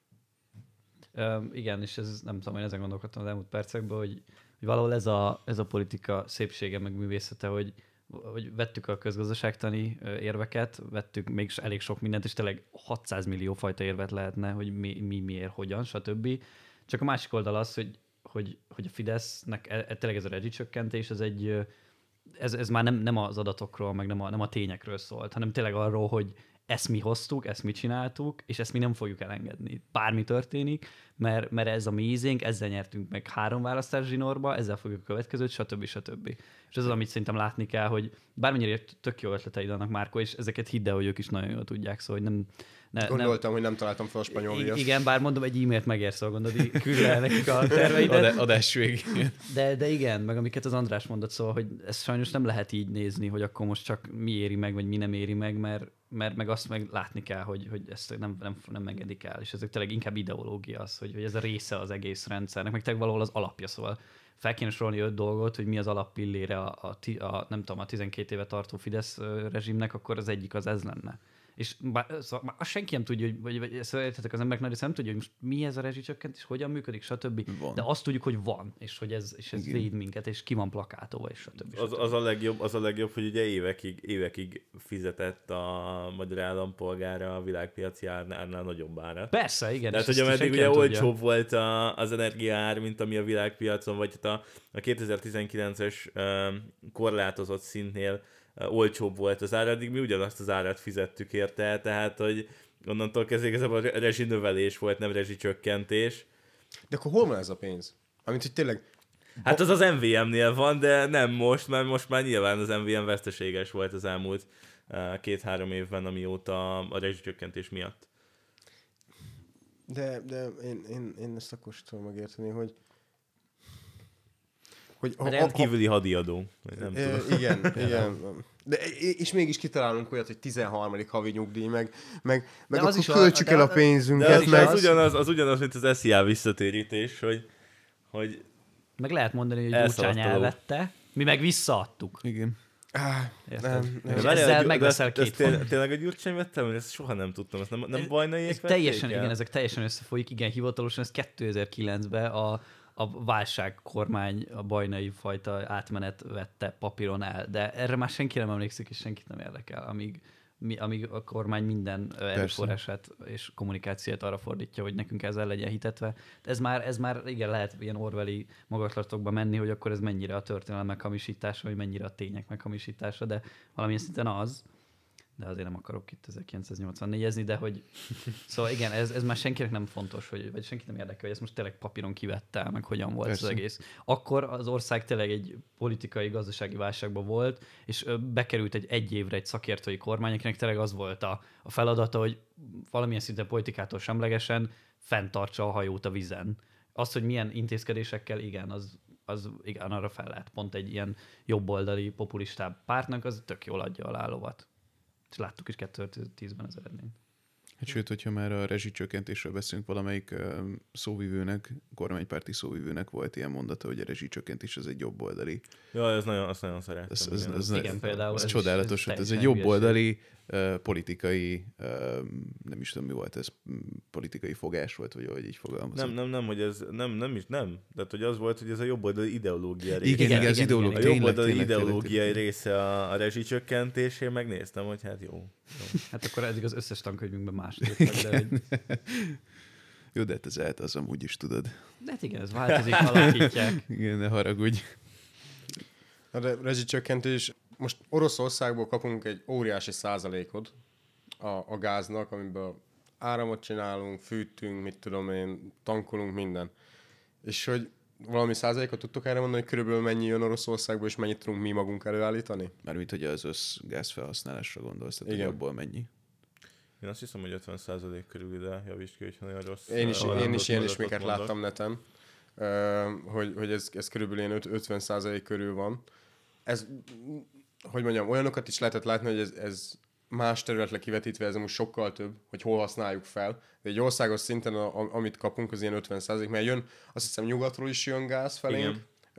Igen, és ez nem tudom, én ezen gondolkodtam az elmúlt percekben, hogy valahol ez a politika szépsége, meg művészete, hogy vettük a közgazdaságtani érveket, vettük még elég sok mindent, és tényleg 600 millió fajta érvet lehetne, hogy miért, hogyan, stb. Csak a másik oldal az, hogy a Fidesznek tényleg ez a rezsicsökkentés, ez már nem az adatokról, meg nem a tényekről szólt, hanem tényleg arról, hogy ezt mi hoztuk, ezt mi csináltuk, és ezt mi nem fogjuk elengedni. Bármi történik, mert ez a mi ízénk, ezzel nyertünk meg 3 választás zsinórba, ezzel fogjuk a következőt, stb. És ez az, amit szerintem látni kell, hogy bármennyire tök jó ötleteid vannak, Márko, és ezeket hidd el, hogy ők is nagyon jól tudják, szóval hogy Gondoltam, hogy nem találtam fel a spanyol viaszt. Igen, bár mondom, egy e-mailt megérsz, szóval gondolod, küld el nekik a terveidet. Adás végig. De igen, meg amiket az András mondott, szóval, hogy ezt sajnos nem lehet így nézni, hogy akkor most csak mi éri meg, vagy mi nem éri meg, mert meg azt meg látni kell, hogy ezt nem engedik el. És ez tényleg inkább ideológia az, hogy ez a része az egész rendszernek, meg tényleg valahol az alapja, szóval fel kéne sorolni 5 dolgot, hogy mi az alappillére nem tudom, a 12 éve tartó Fidesz rezsimnek, akkor az egyik az ez lenne. És szóval senki nem tudja, vagy szóval érthetek, az emberek nagy része nem tudja, hogy most mi ez a rezsicsökkentés, hogyan működik, stb. Van. De azt tudjuk, hogy van, és hogy ez véd minket, és ki van plakátolva, és stb. Az a legjobb, hogy ugye évekig fizetett a magyar állampolgára a világpiaci árnál nagyobb árat. Persze, igen. Tehát, hogy ameddig ugye olcsóbb volt az energiaár, mint ami a világpiacon, vagy a 2019-es korlátozott szintnél olcsóbb volt az ár, addig mi ugyanazt az árat fizettük érte, tehát, hogy onnantól kezdve igazából rezsinövelés volt, nem rezsicsökkentés. De akkor hol van ez a pénz? Amit, hogy tényleg... Hát az MVM-nél van, de nem most, mert most már nyilván az MVM veszteséges volt az elmúlt 2-3 évben, amióta a rezsicsökkentés miatt. De én ezt akkor sem tudom megérteni, hogy rendkívüli hadiadó. Nem tudom. Igen. De, és mégis kitalálunk olyat, hogy 13. havi nyugdíj, meg akkor költsük el a pénzünket. Az ugyanaz, mint az SZIA visszatérítés, hogy meg lehet mondani, hogy Gyurcsány elvette, mi meg visszaadtuk. Igen. Nem. Ezzel megveszel 2 font. Tényleg a Gyurcsány vettem? Ezt soha nem tudtam. Ezt nem Bajnaiék teljesen, igen, ezek teljesen összefolyik. Igen, hivatalosan ez 2009-ben a válságkormány, a Bajnai fajta átmenet vette papíron el, de erre már senki nem emlékszik, és senkit nem érdekel, amíg a kormány minden erőforrását és kommunikációt arra fordítja, hogy nekünk ezzel legyen hitetve. Ez már igen, lehet ilyen orwelli magaslatokba menni, hogy akkor ez mennyire a történelem meghamisítása, vagy mennyire a tények meghamisítása, de valamilyen szinten az, de azért nem akarok itt 1984-ezni, de hogy... Szóval igen, ez már senkinek nem fontos, vagy senkit nem érdekel, hogy ezt most tényleg papíron kivette el, meg hogyan volt az egész. Akkor az ország tényleg egy politikai, gazdasági válságban volt, és bekerült egy évre egy szakértői kormány, akinek tényleg az volt a feladata, hogy valamilyen szinten politikától semlegesen fenntartsa a hajót a vízen. Az, hogy milyen intézkedésekkel, igen, az igen, arra fel lehet. Pont egy ilyen jobboldali, populistább pártnak, az tök jól adja alá a lovat. És láttuk is 2010-ben az eredményt. Hát sőt, hogyha már a rezsicsökkentésről beszélünk, valamelyik szóvivőnek, kormánypárti szóvivőnek volt ilyen mondata, hogy a rezsicsökkentés az egy jobboldali. Ja, azt nagyon szerettem. Igen, például. Ez csodálatos, hogy ez egy jobboldali politikai, nem is tudom mi volt ez, politikai fogás volt, vagy ahogy így fogalmazott. Nem, hogy ez nem. Tehát, hogy az volt, hogy ez a jobboldali ideológia része. Igen, az ideológia. A jobboldali ideológiai része a rezsicsökkentésén megnéztem, hogy hát jó. Hát akkor eddig az összes tankönyvünkben más írtak, de hogy... Jó, de hát ez az amúgy is tudod. De hát igen, ez változik, alakítják. Igen, ne haragudj. A rezsicsökkentés, most Oroszországból kapunk egy óriási százalékot a gáznak, amiből áramot csinálunk, fűtünk, mit tudom én, tankolunk, minden. És hogy valami százalékot tudtok erre mondani, hogy körülbelül mennyi jön Oroszországból, és mennyit tudunk mi magunk előállítani? Mármint, hogy az összgázfelhasználásra gondolsz, tehát hogy abból mennyi? Én azt hiszem, hogy 50% körül, ide javíts ki, hogyha nagyon rossz. Én is ilyen isméket láttam neten, hogy ez körülbelül ilyen 50% körül van. Ez, hogy mondjam, olyanokat is lehetett látni, hogy ez más területre kivetítve, ez most sokkal több, hogy hol használjuk fel. De egy országos szinten, amit kapunk, az ilyen 50%, mert jön, azt hiszem nyugatról is jön gáz felénk.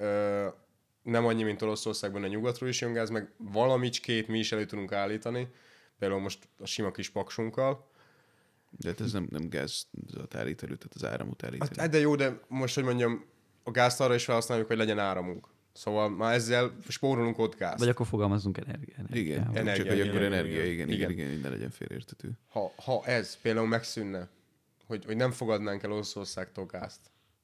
Nem annyi, mint Oroszországban, de nyugatról is jön gáz, meg valamicskét mi is elő tudunk állítani. Például most a sima kis paksunkkal. De hát ez nem gázat állít elő, tehát az áramot állít elő. Hát de jó, de most, hogy mondjam, a gázt arra is felhasználjuk, hogy legyen áramunk. Szóval már ezzel spórolunk ott gázt. Vagy akkor fogalmazunk energiát. Igen, csak hogy akkor energia, igen, minden legyen félreérthető. Ha ez például megszűnne, hogy nem fogadnánk el Oroszországtól gázt,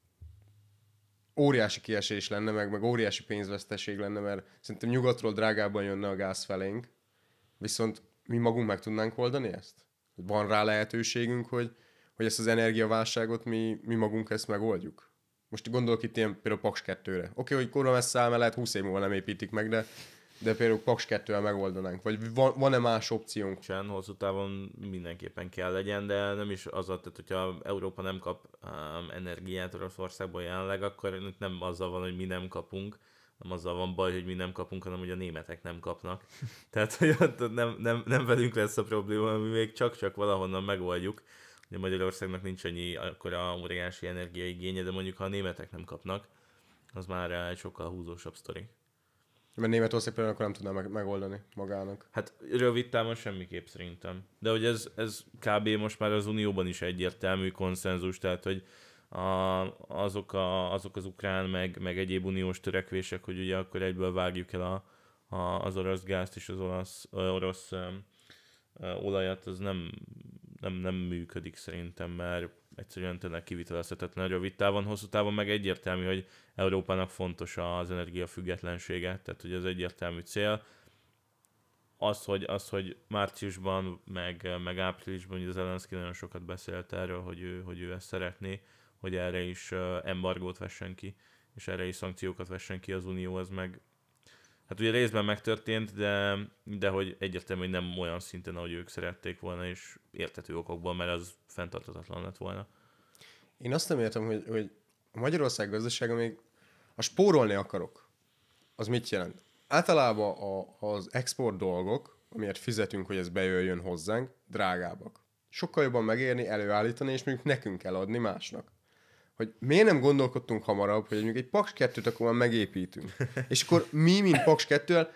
óriási kiesés lenne, meg óriási pénzveszteség lenne, mert szerintem nyugatról drágábban jönne a gáz felénk, viszont mi magunk meg tudnánk oldani ezt? Van rá lehetőségünk, hogy ezt az energiaválságot mi magunk ezt megoldjuk? Most gondolok itt ilyen például Paks 2-re. Oké, hogy korra messze áll, mert lehet 20 év múlva nem építik meg, de például Paks 2-vel megoldanánk. Vagy van-e más opciónk? Csán, hosszú távon mindenképpen kell legyen, de nem is az, tehát hogyha Európa nem kap energiát Oroszországból jelenleg, akkor nem azzal van, hogy mi nem kapunk, nem azzal van baj, hogy mi nem kapunk, hanem hogy a németek nem kapnak. Tehát hogy nem velünk lesz a probléma, mi még csak valahonnan megoldjuk. Ugye Magyarországnak nincs annyi akkora óriási energiaigénye, de mondjuk ha a németek nem kapnak, az már egy sokkal húzósabb sztori. Mert Németország például akkor nem tudná megoldani magának. Hát rövid távon semmiképp szerintem. De hogy ez kb. Most már az Unióban is egyértelmű konszenzus, tehát hogy azok az ukrán, meg egyéb uniós törekvések, hogy ugye akkor egyből vágjuk el az orosz gázt és az orosz olajat, az nem működik szerintem, mert egyszerűen tényleg kivitelezhetetlen rövid távon, hosszú távon meg egyértelmű, hogy Európának fontos az energiafüggetlensége, tehát hogy ez egyértelmű cél. Az, hogy márciusban, meg áprilisban ugye az Zelenszky nagyon sokat beszélt erről, hogy ő ezt szeretné, hogy erre is embargót vessen ki, és erre is szankciókat vessen ki az Unió, az meg hát ugye részben megtörtént, de hogy egyértelmű, hogy nem olyan szinten, ahogy ők szerették volna, és érthető okokból, mert az fenntarthatatlan lett volna. Én azt nem értem, hogy a Magyarország gazdasága még, ha spórolni akarok, az mit jelent? Általában az export dolgok, amiért fizetünk, hogy ez bejöjjön hozzánk, drágábbak. Sokkal jobban megérni, előállítani, és mondjuk nekünk kell adni másnak. Hogy miért nem gondolkodtunk hamarabb, hogy mondjuk egy Paks 2-t akkor már megépítünk. És akkor mi, mint Paks 2-vel,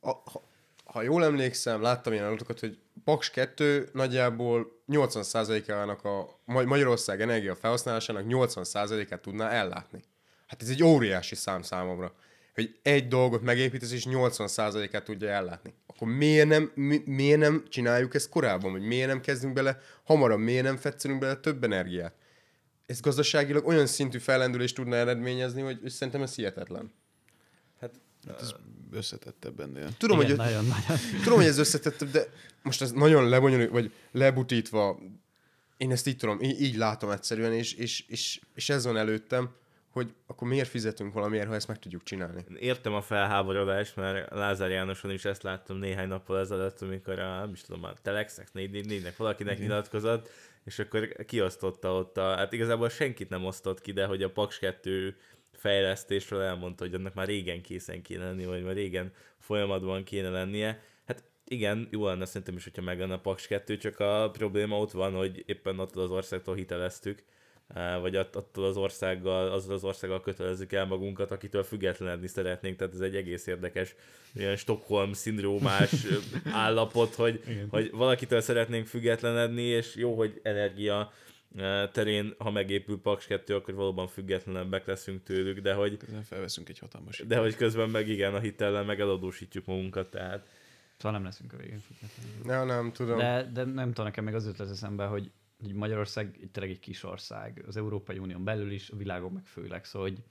Ha jól emlékszem, láttam ilyen adatokat, hogy Paks 2 nagyjából 80%-ának a Magyarország energia felhasználásának 80%-át tudná ellátni. Hát ez egy óriási szám számomra, hogy egy dolgot megépítesz, és 80%-át tudja ellátni. Akkor miért nem csináljuk ezt korábban, vagy miért nem kezdünk bele hamarabb, miért nem fetszelünk bele több energiát? Ez gazdaságilag olyan szintű fellendülést tudna eredményezni, hogy szerintem ez hihetetlen. Hát ez összetettebb ennél. Tudom, igen, hogy nagyon. Tudom, hogy ez összetettebb, de most ez nagyon lebonyolít, vagy lebutítva, én ezt így tudom, így látom egyszerűen, és ez van előttem, hogy akkor miért fizetünk valamiért, ha ezt meg tudjuk csinálni. Értem a felháborodást, mert Lázár Jánoson is ezt láttam néhány nappal ezelőtt, amikor a Telexnek, 444-nek valakinek nyilatkozott, és akkor kiosztotta ott hát igazából senkit nem osztott ki, de hogy a Paks 2 fejlesztésről elmondta, hogy annak már régen készen kéne lenni, vagy már régen folyamatban kéne lennie. Hát igen, jó lenne szerintem is, hogyha meglenne a Paks 2, csak a probléma ott van, hogy éppen attól az országtól hiteleztük, vagy attól az országgal kötelezzük el magunkat, akitől függetlenedni szeretnénk, tehát ez egy egész érdekes ilyen Stockholm-szindrómás állapot, hogy valakitől szeretnénk függetlenedni, és jó, hogy energia terén, ha megépül Paks 2, akkor valóban függetlenebbek leszünk tőlük, de hogy... Közben felveszünk egy hatalmas de hogy közben meg igen, a hitellel meg eladósítjuk magunkat, tehát... Szóval nem leszünk a végén függetlenek. Ja, nem tudom. De nem tudom, nekem meg az ötlet eszembe, hogy Magyarország tényleg egy kis ország, az Európai Unión belül is, a világon meg főleg, szóval hogy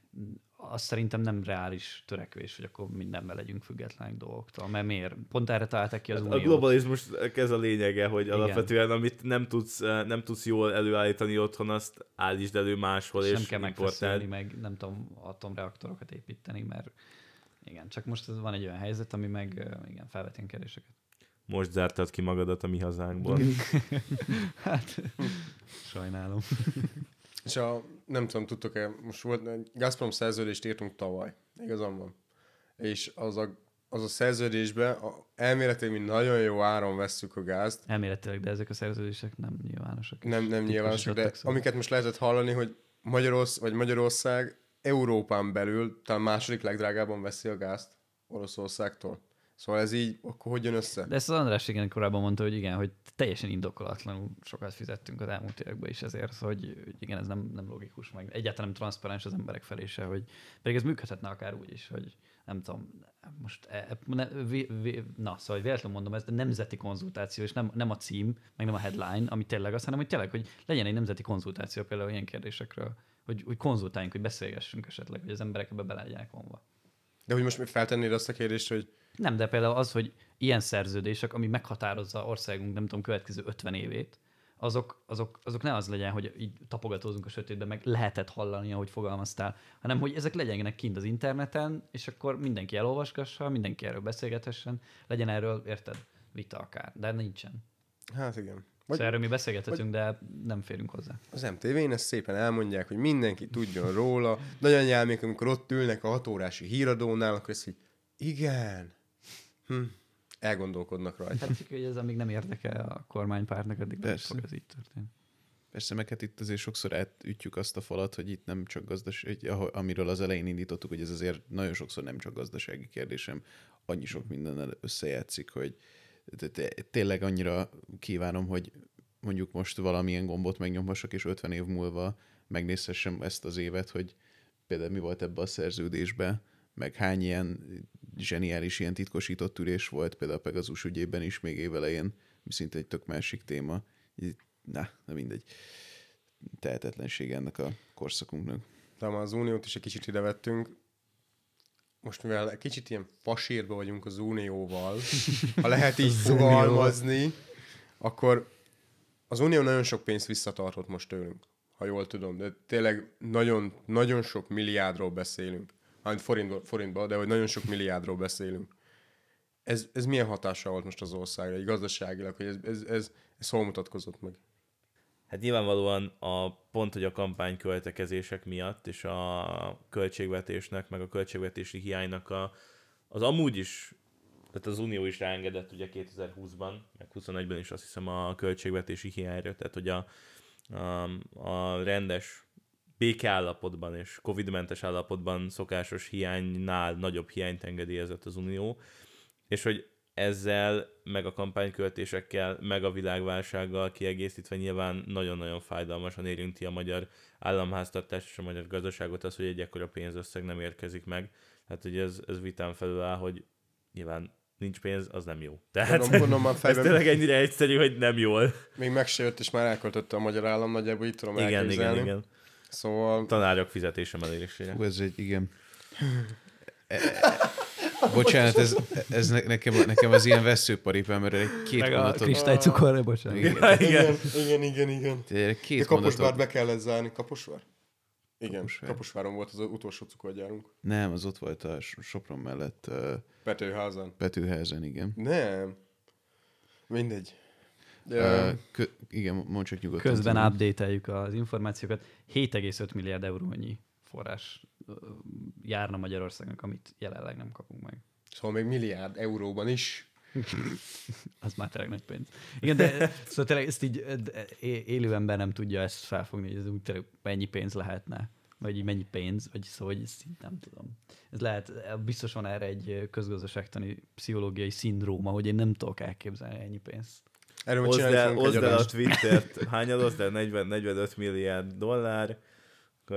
azt szerintem nem reális törekvés, hogy akkor mindenben legyünk függetlenek dolgoktól. Mert miért? Pont erre találták ki az uniót. A globalizmus ez a lényege, hogy igen. Alapvetően amit nem tudsz jól előállítani otthon, azt állítsd elő máshol, és nem kell megfeszülni, meg nem tudom atomreaktorokat építeni, mert igen, csak most ez van egy olyan helyzet, ami meg igen, felvet ilyen kérdéseket. Most zártad ki magadat a mi hazánkból. Hát, sajnálom. És nem tudom, tudtok-e, most volt egy Gazprom szerződést írtunk tavaly, igazam van. És az a szerződésben elméletileg mi nagyon jó áron vesszük a gázt. Elméletileg, de ezek a szerződések nem nyilvánosak. Nem nyilvánosak, de amiket most lehetett hallani, hogy Magyarország Európán belül talán második legdrágában veszi a gázt Oroszországtól. Szóval ez így, akkor hogy jön össze? De ezt az András igen korábban mondta, hogy igen, hogy teljesen indokolatlanul sokat fizettünk az elmúlt években is ezért, hogy igen, ez nem logikus, meg egyáltalán nem transzparens az emberek felé se, hogy pedig ez működhetne akár úgy is, hogy nem tudom, most szóval véletlenül mondom ezt, de nemzeti konzultáció, és nem a cím, meg nem a headline, ami tényleg az, hanem hogy tényleg, hogy legyen egy nemzeti konzultáció például ilyen kérdésekről, hogy konzultáljunk, hogy beszélgessünk esetleg, hogy az emberek ebbe bele legyenek vonva. De hogy most feltennéd azt a kérdést, hogy nem, de például az, hogy ilyen szerződések, ami meghatározza országunk, nem tudom, következő 50 évét, azok ne az legyen, hogy így tapogatózunk a sötétben, meg lehetett hallani, ahogy fogalmaztál, hanem hogy ezek legyenek kint az interneten, és akkor mindenki elolvasgassa, mindenki erről beszélgethessen, legyen erről, érted, vita akár, de nincsen. Hát igen. Szóval erről mi beszélgethetünk, de nem férünk hozzá. Az MTV-n ezt szépen elmondják, hogy mindenki tudjon róla. Nagyanyámék, amikor ott ülnek a 6 órási híradónál, akkor ezt, hogy igen, elgondolkodnak rajta. Hát, hogy ez amíg nem érdekel a kormánypártnak, addig nem fog ez így történni. Persze, meg hát itt azért sokszor átütjük azt a falat, hogy itt nem csak gazdaság, amiről az elején indítottuk, hogy ez azért nagyon sokszor nem csak gazdasági kérdésem, annyi sok mindennel összejátszik, hogy tényleg annyira kívánom, hogy mondjuk most valamilyen gombot megnyomhassak, és 50 év múlva megnézhessem ezt az évet, hogy például mi volt ebbe a szerződésbe, meg hány ilyen zseniális, ilyen titkosított ülés volt, például a Pegasus ügyében is még évelején, szinte egy tök másik téma. Na mindegy. Tehetetlenség ennek a korszakunknak. De az Uniót is egy kicsit ide vettünk. Most mivel egy kicsit ilyen fasírba vagyunk az Unióval, ha lehet így fogalmazni, akkor az Unió nagyon sok pénzt visszatartott most tőlünk, ha jól tudom. De tényleg nagyon, nagyon sok milliárdról beszélünk. Forintban, de hogy nagyon sok milliárdról beszélünk. Ez milyen hatással volt most az országra, így gazdaságilag, hogy ez hol mutatkozott meg? Hát nyilvánvalóan pont, hogy a kampányköltekezések miatt, és a költségvetésnek, meg a költségvetési hiánynak az amúgy is, tehát az Unió is ráengedett ugye 2020-ban, meg 2021-ben is azt hiszem a költségvetési hiányra, tehát hogy a rendes békeállapotban és Covid-mentes állapotban szokásos hiánynál nagyobb hiányt engedélyezett az Unió. és hogy ezzel, meg a kampányköltésekkel, meg a világválsággal kiegészítve nyilván nagyon-nagyon fájdalmasan érinti a magyar államháztartást és a magyar gazdaságot az, hogy egy ekkora pénzösszeg nem érkezik meg. Hát, hogy ez vitán felül áll, hogy nyilván nincs pénz, az nem jó. Tehát gondolom ez tényleg ennyire egyszerű, hogy nem jól. Még meg se jött, és már elköltötte a magyar állam, nagyjából így tudom elképzelni. Igen. Szóval... Tanárok fizetése elérésére. Ez egy, igen. Bocsánat, ez nekem az ilyen veszőparipám, mert egy két meg mondatot... a kristálycukorra, bocsánat. Igen. Két Kaposvárt be kellett zárni. Kaposvár? Igen, Kaposváron volt az utolsó cukorgyárunk. Nem, az ott volt a Sopron mellett. Petőházan, igen. Nem. Mindegy. Igen, mondd csak nyugodtan. Közben update-eljük az információkat. 7,5 milliárd eurónyi forrás járna Magyarországnak, amit jelenleg nem kapunk meg. Szóval még milliárd euróban is. Az már tényleg nagy pénz. Igen, de szóval tényleg ezt így élő ember nem tudja ezt felfogni, hogy ez úgy tényleg mennyi pénz lehetne, vagy így mennyi pénz, vagy szóval, hogy ezt nem tudom. Ez lehet, biztos van erre egy közgazdaságtani pszichológiai szindróma, hogy én nem tudok elképzelni ennyi pénzt. Hozd el a Twittert, hányadozd el 45 milliárd dollár, akkor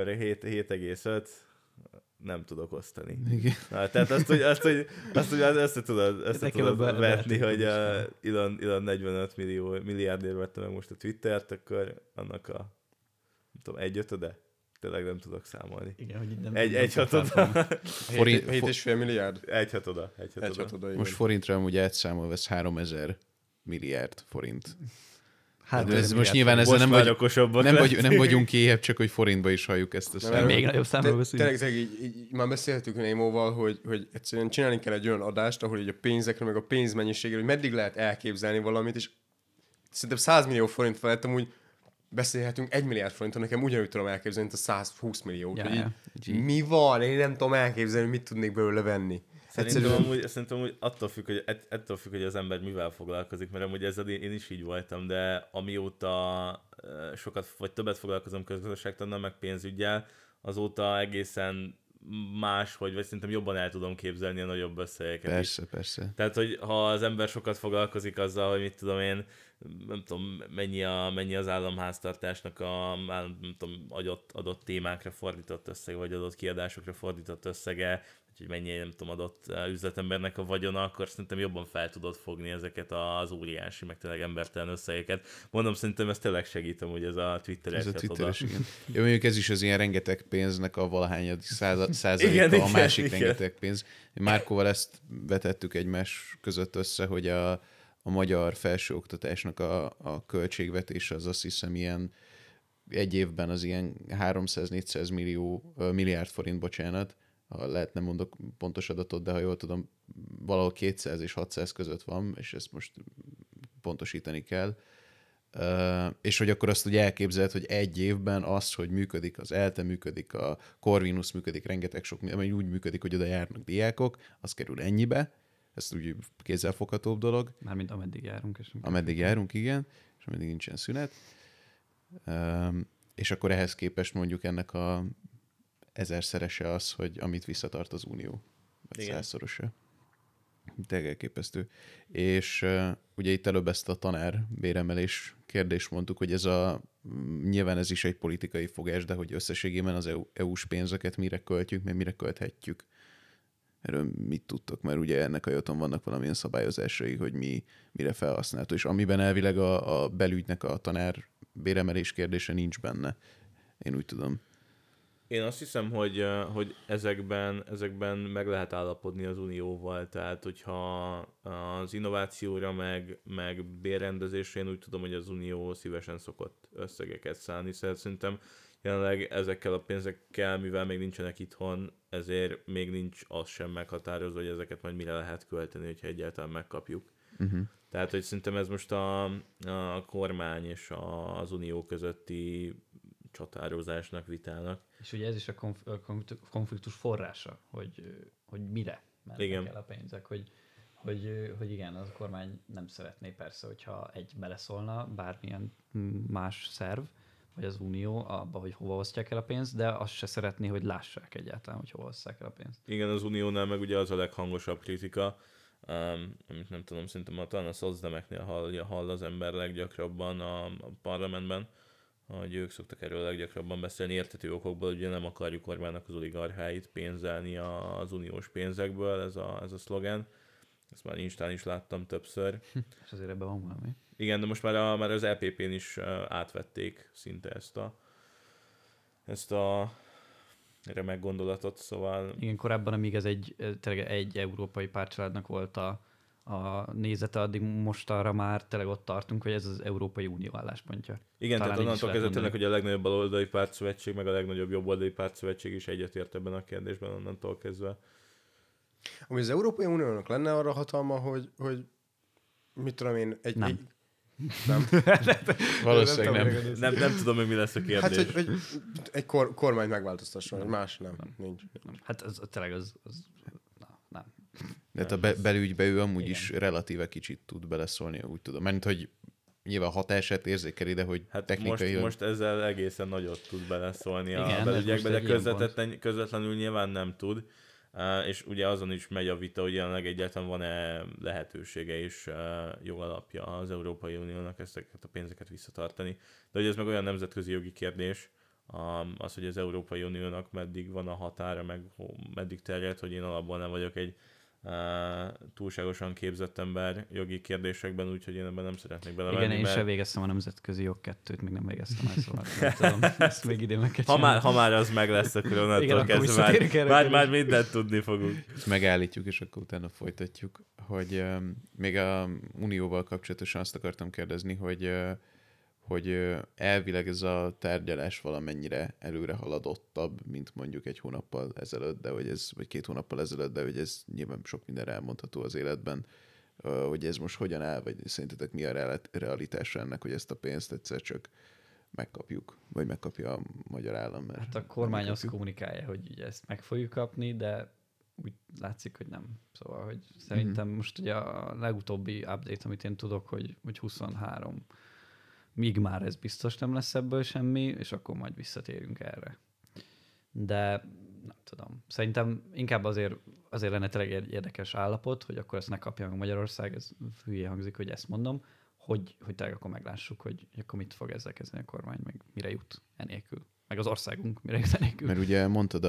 7,5 nem tudok osztani. Igen. Na, tehát azt, hogy össze tudod vetni, hogy Elon 45 milliárdért vette meg most a Twittert, akkor annak a nem tudom, 1/5? Tényleg nem tudok számolni. Igen, hogy nem 1/6. 7,5 milliárd? 1/6. Most forintra amúgy átszámolva ez 3000 milliárd forint. Hát ez most nyilván ezzel nem vagyunk éhebb, csak hogy forintba is halljuk ezt a számot. Még nagyobb számról beszélünk. Tényleg így már beszélhetünk Némóval, hogy egyszerűen csinálni kell egy olyan adást, ahol így a pénzekről, meg a pénzmennyiségről, hogy meddig lehet elképzelni valamit, és szerintem 100 millió forint felett amúgy beszélhetünk 1 milliárd forinton, nekem ugyanúgy tudom elképzelni, mint a 120 milliót. Hogy mi van? Én nem tudom elképzelni, mit tudnék belőle venni. Szerintem amúgy attól függ, hogy az ember mivel foglalkozik, mert amúgy ezzel én is így voltam, de amióta sokat vagy többet foglalkozom közgazdaságtannal, meg pénzüggyel, azóta egészen máshogy, vagy szerintem jobban el tudom képzelni a nagyobb összegeket. Persze. Tehát, hogy ha az ember sokat foglalkozik azzal, hogy mit tudom én, nem tudom, mennyi az államháztartásnak a nem tudom, adott témákra fordított összege, vagy adott kiadásokra fordított összege, hogy mennyi, nem tudom, adott üzletembernek a vagyona, akkor szerintem jobban fel tudod fogni ezeket az óriási, meg tényleg embertelen összegeket. Mondom, szerintem ez tényleg segítem, hogy ez a Twitteres, igen. Ja, mondjuk ez is az ilyen rengeteg pénznek a valahányadik százaléka, a másik rengeteg pénz. Márkóval ezt vetettük egymás között össze, hogy a magyar felsőoktatásnak a költségvetése az azt hiszem ilyen egy évben az ilyen 300-400 milliárd forint, bocsánat, ha lehet nem mondok pontos adatot, de ha jól tudom, valahol 200 és 600 között van, és ezt most pontosítani kell. És hogy akkor azt ugye elképzeled, hogy egy évben az, hogy működik az ELTE, működik a Corvinus, működik rengeteg sok, ami úgy működik, hogy oda járnak diákok, az kerül ennyibe, ez úgy kézzelfoghatóbb dolog. Mármint ameddig járunk. Ameddig járunk, igen, és ameddig nincsen szünet. És akkor ehhez képest mondjuk ennek a 1000-szerese az, hogy amit visszatart az Unió. Vagy 100-szorosa. Tényleg elképesztő. És ugye itt előbb ezt a tanár béremelés kérdést mondtuk, hogy nyilván ez is egy politikai fogás, de hogy összességében az EU-s pénzeket mire költjük, meg mire költhetjük. Erről mit tudtok? Mert ugye ennek a jöton vannak valamilyen szabályozásai, hogy mire felhasználható, és amiben elvileg a belügynek a tanár béremelés kérdése nincs benne. Én úgy tudom. Én azt hiszem, hogy ezekben meg lehet állapodni az Unióval, tehát hogyha az innovációra meg bérrendezésre én úgy tudom, hogy az Unió szívesen szokott összegeket szállni, szerintem jelenleg ezekkel a pénzekkel, mivel még nincsenek itthon, ezért még nincs az sem meghatározva, hogy ezeket majd mire lehet költeni, hogyha egyáltalán megkapjuk. Uh-huh. Tehát, hogy szerintem ez most a kormány és az Unió közötti csatározásnak, vitának. És ugye ez is a konfliktus forrása, hogy mire mennek el a pénzek, hogy igen, az a kormány nem szeretné persze, hogyha egy beleszólna bármilyen más szerv, vagy az Unió abba, hogy hova osztják el a pénzt, de azt se szeretné, hogy lássák egyáltalán, hogy hova osztják el a pénzt. Igen, az Uniónál meg ugye az a leghangosabb kritika, amit nem tudom, szerintem talán a szocdemeknél hall az ember leggyakrabban a parlamentben, hogy ők szoktak erről leggyakrabban beszélni érthető okokból, ugye nem akarjuk Orbánnak az oligarcháit pénzelni az uniós pénzekből, ez a szlogen. Ezt már Instán is láttam többször. És azért ebben van valami. Igen, de most már az EPP-n is átvették szinte ezt a remek gondolatot, szóval... Igen, korábban, amíg ez tényleg egy európai pártcsaládnak volt a nézete, addig most arra már tényleg ott tartunk, hogy ez az Európai Unió álláspontja. Igen, talán tehát onnantól kezdve tényleg, hogy a legnagyobb baloldali pártszövetség, meg a legnagyobb jobboldali pártszövetség is egyetért ebben a kérdésben onnantól kezdve. Ami az Európai Uniónak lenne arra hatalma, hogy mit tudom én, Nem. Nem. Valószínűleg nem tudom még, mi lesz a kérdés. Hát, hogy egy kormányt megváltoztasson, hogy más nem. Nincs. Hát az tényleg nem. De hát a belügybe ő amúgy is relatíve kicsit tud beleszólni, úgy tudom. Mert hogy nyilván hatását érzékeli, de hogy hát technikai... Most ezzel egészen nagyot tud beleszólni igen, a belügyekbe, de közvetlenül nyilván nem tud. És ugye azon is megy a vita, hogy jelenleg egyáltalán van-e lehetősége és jogalapja az Európai Uniónak ezeket a pénzeket visszatartani. De hogy ez meg olyan nemzetközi jogi kérdés, az, hogy az Európai Uniónak meddig van a határa, meg meddig terjed, hogy én alapból nem vagyok egy túlságosan képzett ember jogi kérdésekben, úgyhogy én ebben nem szeretnék belemenni. Igen, én sem végeztem a nemzetközi jog 2-t, még nem végeztem el, szóval nem tudom, ezt még idén meg kell csinálni. Ha már az meg lesz, akkor onnantól kezdve már mindent tudni fogunk. Ezt megállítjuk, és akkor utána folytatjuk, hogy még a Unióval kapcsolatosan azt akartam kérdezni, hogy elvileg ez a tárgyalás valamennyire előre haladottabb, mint mondjuk egy hónappal ezelőtt, vagy 2 hónappal ezelőtt, de hogy ez nyilván sok mindenre elmondható az életben, hogy ez most hogyan áll, vagy szerintetek mi a realitása ennek, hogy ezt a pénzt egyszer csak megkapjuk, vagy megkapja a magyar állam. Hát a kormány azt kommunikálja, hogy ugye ezt meg fogjuk kapni, de úgy látszik, hogy nem. Szóval, hogy szerintem most ugye a legutóbbi update, amit én tudok, hogy 23 míg már ez biztos nem lesz ebből semmi, és akkor majd visszatérünk erre. De nem tudom. Szerintem inkább azért lenne tényleg egy érdekes állapot, hogy akkor ezt ne kapja meg Magyarország, ez hülyé hangzik, hogy ezt mondom, hogy tényleg akkor meglássuk, hogy akkor mit fog ezzel kezdeni a kormány, meg mire jut enélkül. Meg az országunk mire jut enélkül. Mert ugye mondtad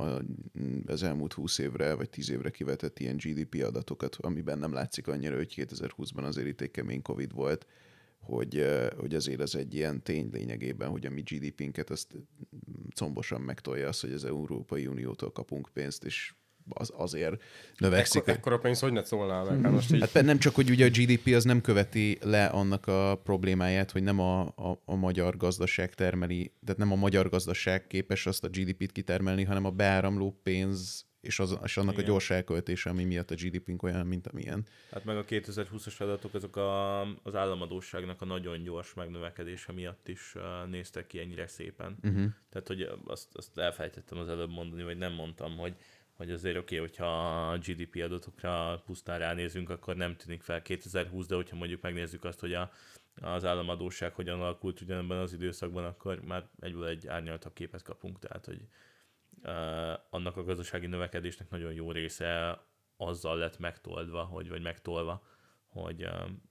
az elmúlt 20 évre, vagy 10 évre kivetett ilyen GDP adatokat, amiben nem látszik annyira, hogy 2020-ban azért itt egy kemény Covid volt, hogy azért ez egy ilyen tény lényegében, hogy a mi GDP-nket azt combosan megtolja az, hogy az Európai Uniótól kapunk pénzt, és azért növekszik. Ekkora pénz hogy ne szólnál meg? Hát most így... Hát nem csak, hogy ugye a GDP az nem követi le annak a problémáját, hogy nem a magyar gazdaság termeli, tehát nem a magyar gazdaság képes azt a GDP-t kitermelni, hanem a beáramló pénz és annak a gyors elköltése, ami miatt a GDP-nk olyan, mint amilyen. Hát meg a 2020-as adatok, azok az államadósságnak a nagyon gyors megnövekedése miatt is néztek ki ennyire szépen. Tehát, hogy azt elfelejtettem az előbb mondani, vagy nem mondtam, hogy azért oké, hogyha a GDP adatokra pusztán ránézünk, akkor nem tűnik fel 2020, de hogyha mondjuk megnézzük azt, hogy az államadósság hogyan alakult ugyanebben az időszakban, akkor már egyből egy árnyaltabb képet kapunk, tehát, hogy annak a gazdasági növekedésnek nagyon jó része azzal lett megtoldva, vagy megtolva, hogy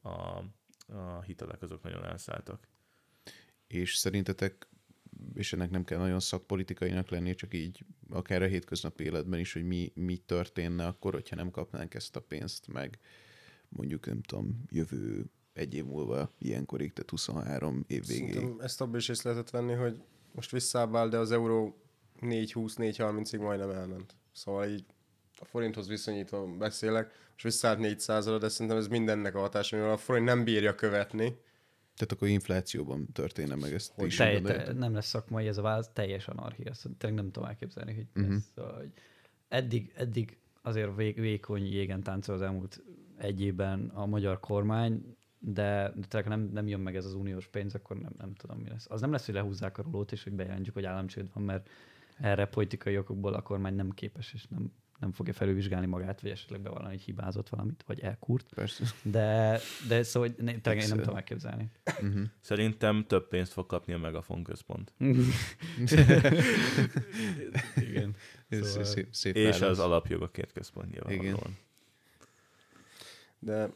a hitelek azok nagyon elszálltak. És szerintetek, és ennek nem kell nagyon szakpolitikainak lenni, csak így akár a hétköznapi életben is, hogy mi történne akkor, hogyha nem kapnánk ezt a pénzt, meg mondjuk nem tudom, jövő 1 év múlva ilyenkorig, tehát 23 év végéig. Szerintem ezt abban is észre lehetett venni, hogy most visszábbál, de az euró 4.20-4.30-ig majdnem elment. Szóval így a forinthoz viszonyítva beszélek, most visszaállt 400-ra, de szerintem ez mindennek a hatása, mivel a forint nem bírja követni. Tehát akkor inflációban történne meg ezt is. Nem lesz szakmai ez a válasz, teljes anarchia. Tényleg nem tudom elképzelni, hogy ez, szóval, hogy eddig azért vékony jégen táncol az elmúlt 1 évben a magyar kormány, de tényleg nem jön meg ez az uniós pénz, akkor nem tudom, mi lesz. Az nem lesz, hogy lehúzzák a rólót, és hogy bejelentjük, hogy államcsőd van, mert erre politikai okokból a kormány nem képes, és nem fogja felülvizsgálni magát, vagy esetleg bevallani, hogy hibázott valamit, vagy elkúrt. Persze. De szóval tényleg én nem tudom elképzelni. Szerintem több pénzt fog kapni a Megafon központ. Igen. Szóval... Szép és az alapjogokért központ nyilvánvalóan. De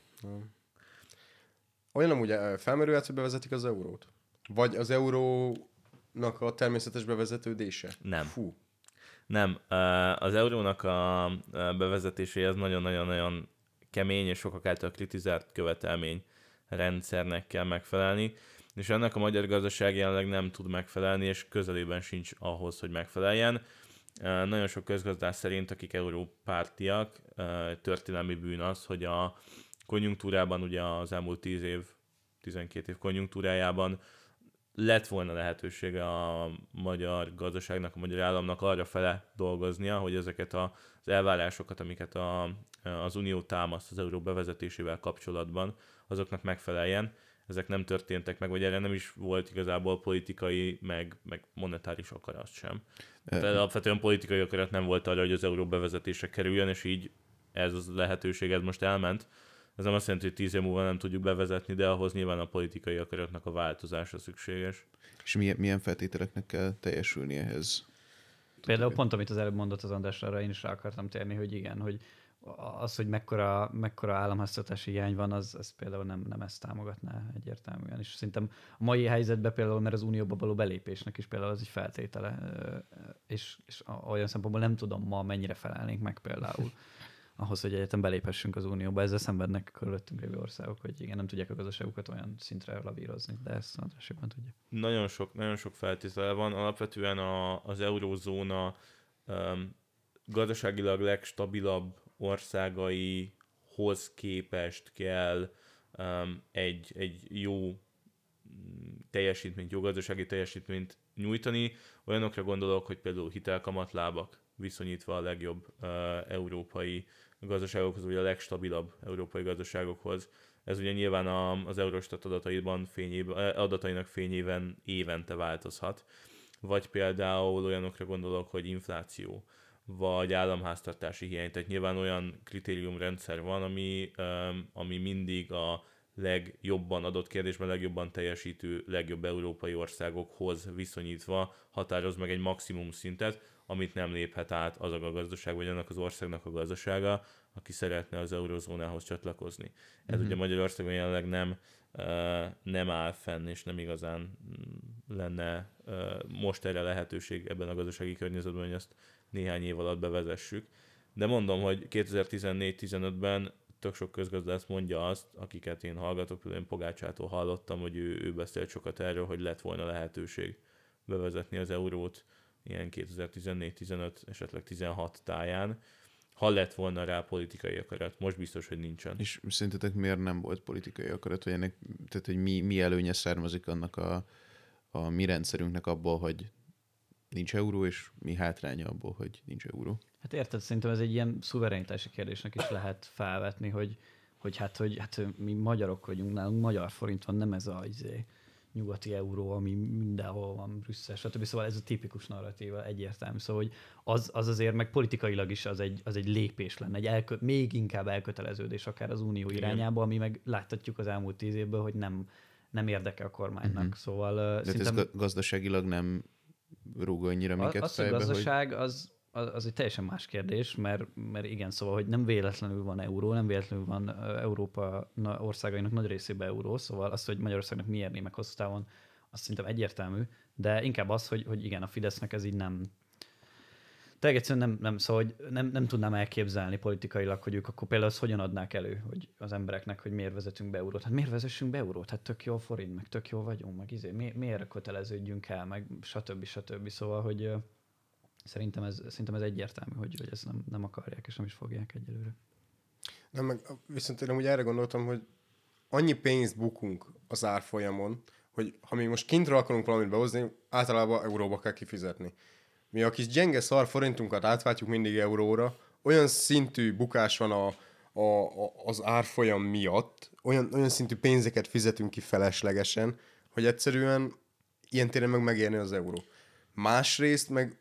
olyan amúgy felmerülhet, hogy bevezetik az eurót? Vagy az eurónak a természetes bevezetődése? Nem. Fú. Nem. Az eurónak a bevezetéséhez nagyon-nagyon-nagyon kemény és sokak által kritizált követelmény rendszernek kell megfelelni, és ennek a magyar gazdaság jelenleg nem tud megfelelni, és közelében sincs ahhoz, hogy megfeleljen. Nagyon sok közgazdász szerint, akik európártiak, történelmi bűn az, hogy a konjunktúrában, ugye az elmúlt 12 év konjunktúrájában lett volna lehetősége a magyar gazdaságnak, a magyar államnak arra fele dolgoznia, hogy ezeket az elvárásokat, amiket az Unió támaszt az euró bevezetésével kapcsolatban, azoknak megfeleljen. Ezek nem történtek meg, vagy erre nem is volt igazából politikai, meg monetáris akarat sem. Tehát alapvetően politikai akarat nem volt arra, hogy az euró bevezetése kerüljön, és így ez a lehetőség ez most elment. Ez nem azt jelenti, hogy 10 év múlva nem tudjuk bevezetni, de ahhoz nyilván a politikai akaratnak a változása szükséges. És milyen feltételeknek kell teljesülni ehhez? Például pont, amit az előbb mondott az András, arra én is rá akartam térni, hogy igen, hogy az, hogy mekkora államháztartási hiány van, az például nem ezt támogatná egyértelműen. És szerintem a mai helyzetben például, mert az Unióba való belépésnek is például az egy feltétele, és olyan szempontból nem tudom ma mennyire felelnénk meg például ahhoz, hogy egyetem beléphessünk az Unióba. Ezzel szenvednek körülöttünk lévő országok, hogy igen, nem tudják a gazdaságukat olyan szintre lavírozni, de ezt András jobban tudja. Nagyon sok feltétele van. Alapvetően az eurózóna gazdaságilag legstabilabb országaihoz képest kell egy jó teljesítményt, jó gazdasági teljesítményt nyújtani. Olyanokra gondolok, hogy például hitelkamatlábak viszonyítva a legjobb európai gazdaságokhoz, vagy a legstabilabb európai gazdaságokhoz. Ez ugye nyilván az Eurostat adatainak fényében évente változhat. Vagy például olyanokra gondolok, hogy infláció, vagy államháztartási hiány. Tehát nyilván olyan kritériumrendszer van, ami mindig a legjobban adott kérdésben legjobban teljesítő legjobb európai országokhoz viszonyítva határoz meg egy maximum szintet, amit nem léphet át az a gazdaság, vagy annak az országnak a gazdasága, aki szeretne az eurozónához csatlakozni. Ez ugye Magyarországon jelenleg nem áll fenn, és nem igazán lenne most erre lehetőség ebben a gazdasági környezetben, hogy ezt néhány év alatt bevezessük. De mondom, hogy 2014-15-ben tök sok közgazdász mondja azt, akiket én hallgatok, például én Pogácsától hallottam, hogy ő beszélt sokat erről, hogy lett volna lehetőség bevezetni az eurót ilyen 2014-15, esetleg 16 táján, ha lett volna rá politikai akarat. Most biztos, hogy nincsen. És szerintetek miért nem volt politikai akarat, vagy ennek, tehát hogy mi előnye származik annak a mi rendszerünknek abból, hogy nincs euró, és mi hátránya abból, hogy nincs euró? Hát érted, szerintem ez egy ilyen szuverenitási kérdésnek is lehet felvetni, hogy mi magyarok vagyunk, nálunk magyar forint van, nem ez a nyugati euró, ami mindenhol van, Brüsszel, stb. Szóval ez a tipikus narratíva egyértelmű. Szóval hogy az azért meg politikailag is az egy lépés lenne, még inkább elköteleződés akár az unió irányába, ami meg láthatjuk az elmúlt 10 évből, hogy nem érdekel a kormánynak. Szóval de ez gazdaságilag nem rúg annyira minket fejbe, hogy... A gazdaság az egy teljesen más kérdés, mert igen, szóval, hogy nem véletlenül van euró, nem véletlenül van Európa országainak nagy részében euró, szóval az, hogy Magyarországnak mi érné meg hosszú távon, azt szerintem egyértelmű, de inkább az, hogy igen, a Fidesznek ez így nem... Tehát egyszerűen nem, szóval, hogy nem tudnám elképzelni politikailag, hogy ők akkor például azt hogyan adnák elő, hogy az embereknek, hogy miért vezetünk be eurót. Hát miért vezessünk be eurót? Hát tök jó a forint, meg tök jó vagyunk, meg miért köteleződjünk el, meg stb. Szóval, hogy szerintem ez egyértelmű, hogy ezt nem akarják, és nem is fogják egyelőre. Nem, meg viszont én amúgy erre gondoltam, hogy annyi pénzt bukunk az árfolyamon, hogy ha mi most kintről akarunk valamit behozni, általában euróba kell kifizetni. Mi a kis gyenge szar forintunkat átváltjuk mindig euróra, olyan szintű bukás van az árfolyam miatt, olyan szintű pénzeket fizetünk ki feleslegesen, hogy egyszerűen ilyen téren megérni az euró. Másrészt meg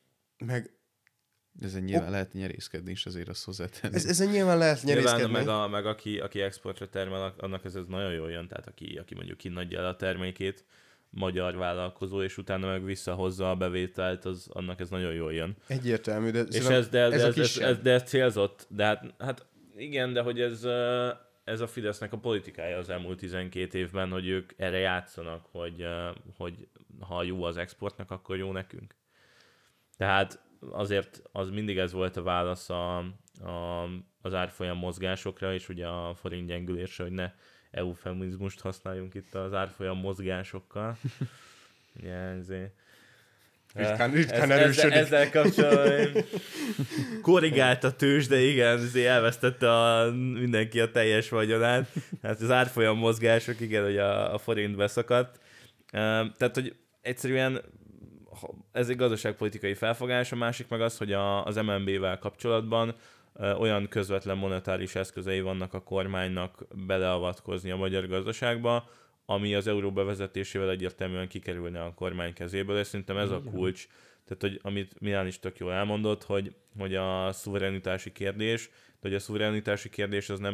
ezen nyilván lehet nyerészkedni is, azért azt hozzátenni. Ezen nyilván lehet nyerészkedni. Nyilván meg aki exportra termel, annak ez nagyon jól jön, tehát aki mondjuk kinadja el a termékét, magyar vállalkozó, és utána meg visszahozza a bevételt, annak ez nagyon jól jön. Egyértelmű, de és ez célzott, de hát Igen, de hogy ez a Fidesznek a politikája az elmúlt 12 évben, hogy ők erre játszanak, hogy ha jó az exportnak, akkor jó nekünk. Tehát azért az mindig ez volt a válasz az árfolyam mozgásokra, és ugye a forint gyengülésre, hogy ne eufemizmust használjunk itt az árfolyam mozgásokkal. Ugye, ritkán erősödik. Ezzel kapcsolatban korrigált a tőzs, de igen, elvesztette mindenki a teljes vagyonát. Hát az árfolyam mozgások, igen, hogy a forint beszakadt. Tehát, hogy egyszerűen ez egy gazdaságpolitikai felfogás, a másik meg az, hogy az MNB-vel kapcsolatban olyan közvetlen monetáris eszközei vannak a kormánynak beleavatkozni a magyar gazdaságba, ami az euró bevezetésével egyértelműen kikerülne a kormány kezéből, és szerintem ez a kulcs. Tehát, hogy amit Milán is tök jól elmondott, hogy a szuverenitási kérdés, de hogy a szuverenitási kérdés az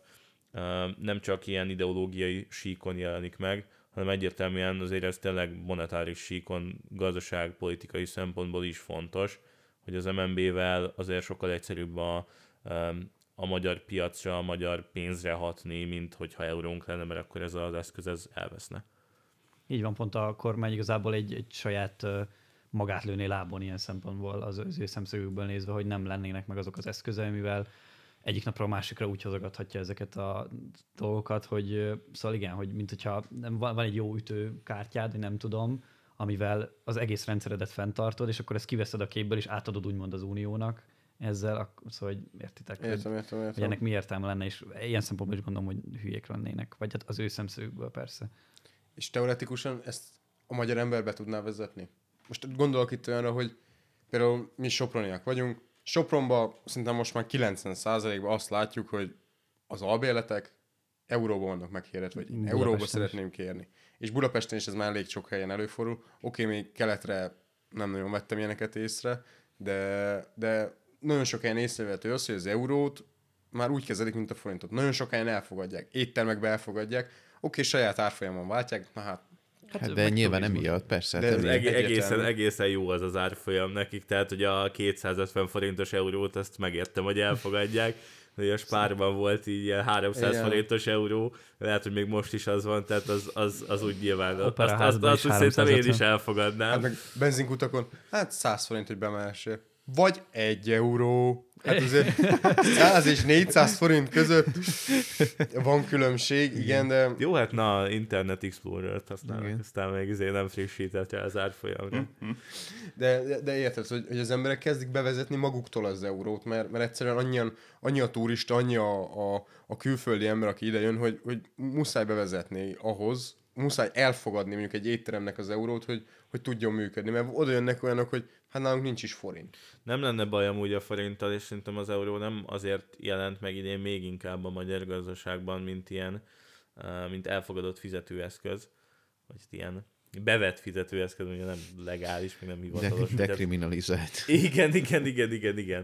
nem csak ilyen ideológiai síkon jelenik meg, hanem egyértelműen azért ez tényleg monetáris síkon, gazdaságpolitikai szempontból is fontos, hogy az MNB-vel azért sokkal egyszerűbb a magyar piacra, a magyar pénzre hatni, mint hogyha eurónk lenne, mert akkor ez az eszköz ez elveszne. Így van, pont a kormány igazából egy saját magát lőné lábon ilyen szempontból az ő szemszögükből nézve, hogy nem lennének meg azok az eszközei, mivel egyik napról a másikra úgy hozogathatja ezeket a dolgokat, hogy szóval igen, hogy mint hogyha van egy jó ütőkártyád, vagy nem tudom, amivel az egész rendszeredet fenntartod, és akkor ezt kiveszed a képből, és átadod úgymond az uniónak ezzel, szóval, hogy értitek, Értem. hogy ennek mi értelme lenne, és ilyen szempontból is gondolom, hogy hülyék lennének, vagy hát az ő szemszögükből persze. És teoretikusan ezt a magyar ember be tudná vezetni? Most gondolok itt olyanra, hogy például mi soproniak vagyunk, Sopronban szerintem most már 90%-ban azt látjuk, hogy az albérletek euróban vannak meghirdetve, vagy euróba szeretném kérni. És Budapesten is ez már elég sok helyen előfordul. Oké, még keletre nem nagyon vettem ilyeneket észre, de nagyon sok helyen észrevehető az, hogy az eurót már úgy kezelik, mint a forintot. Nagyon sok helyen elfogadják. Éttermekbe elfogadják. Oké, saját árfolyamon váltják, na hát de nyilván emiatt, persze. De egészen jó az árfolyam nekik, tehát hogy a 250 forintos eurót azt megértem, hogy elfogadják, hogy a Spárban volt így ilyen 300 forintos euró, lehet, hogy még most is az van, tehát az úgy nyilván, azt szerintem én is elfogadnám. Hát meg benzinkutakon, 100 forint, hogy bemehessél. Vagy 1 euró. Hát azért 100 és 400 forint között van különbség, igen, de... Jó, hát na, Internet Explorer-t használnak, aztán még nem frissített rá az árfolyamra. De érted, hogy az emberek kezdik bevezetni maguktól az eurót, mert egyszerűen annyi a turista, annyi a külföldi ember, aki ide jön, hogy muszáj bevezetni ahhoz, muszáj elfogadni mondjuk egy étteremnek az eurót, hogy tudjon működni, mert oda jönnek olyanok, hogy hát nálunk nincs is forint. Nem lenne baj amúgy a forinttal, és szerintem az euró nem azért jelent meg idén még inkább a magyar gazdaságban, mint elfogadott fizetőeszköz, vagy ilyen bevett fizetőeszköz, ugye nem legális, még nem hivatalos. Dekriminalizált. Igen.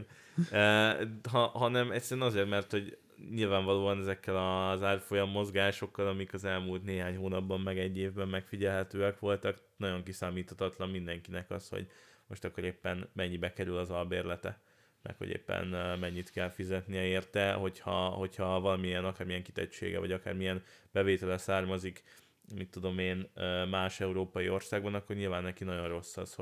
Hanem egyszerűen azért, mert hogy nyilvánvalóan ezekkel az árfolyam mozgásokkal, amik az elmúlt néhány hónapban, meg egy évben megfigyelhetőek voltak, nagyon kiszámíthatatlan mindenkinek az, hogy most akkor éppen mennyibe kerül az albérlete, meg hogy éppen mennyit kell fizetnie érte, hogyha valamilyen akármilyen kitettsége, vagy akármilyen bevétele származik, mit tudom én, más európai országban, akkor nyilván neki nagyon rossz az,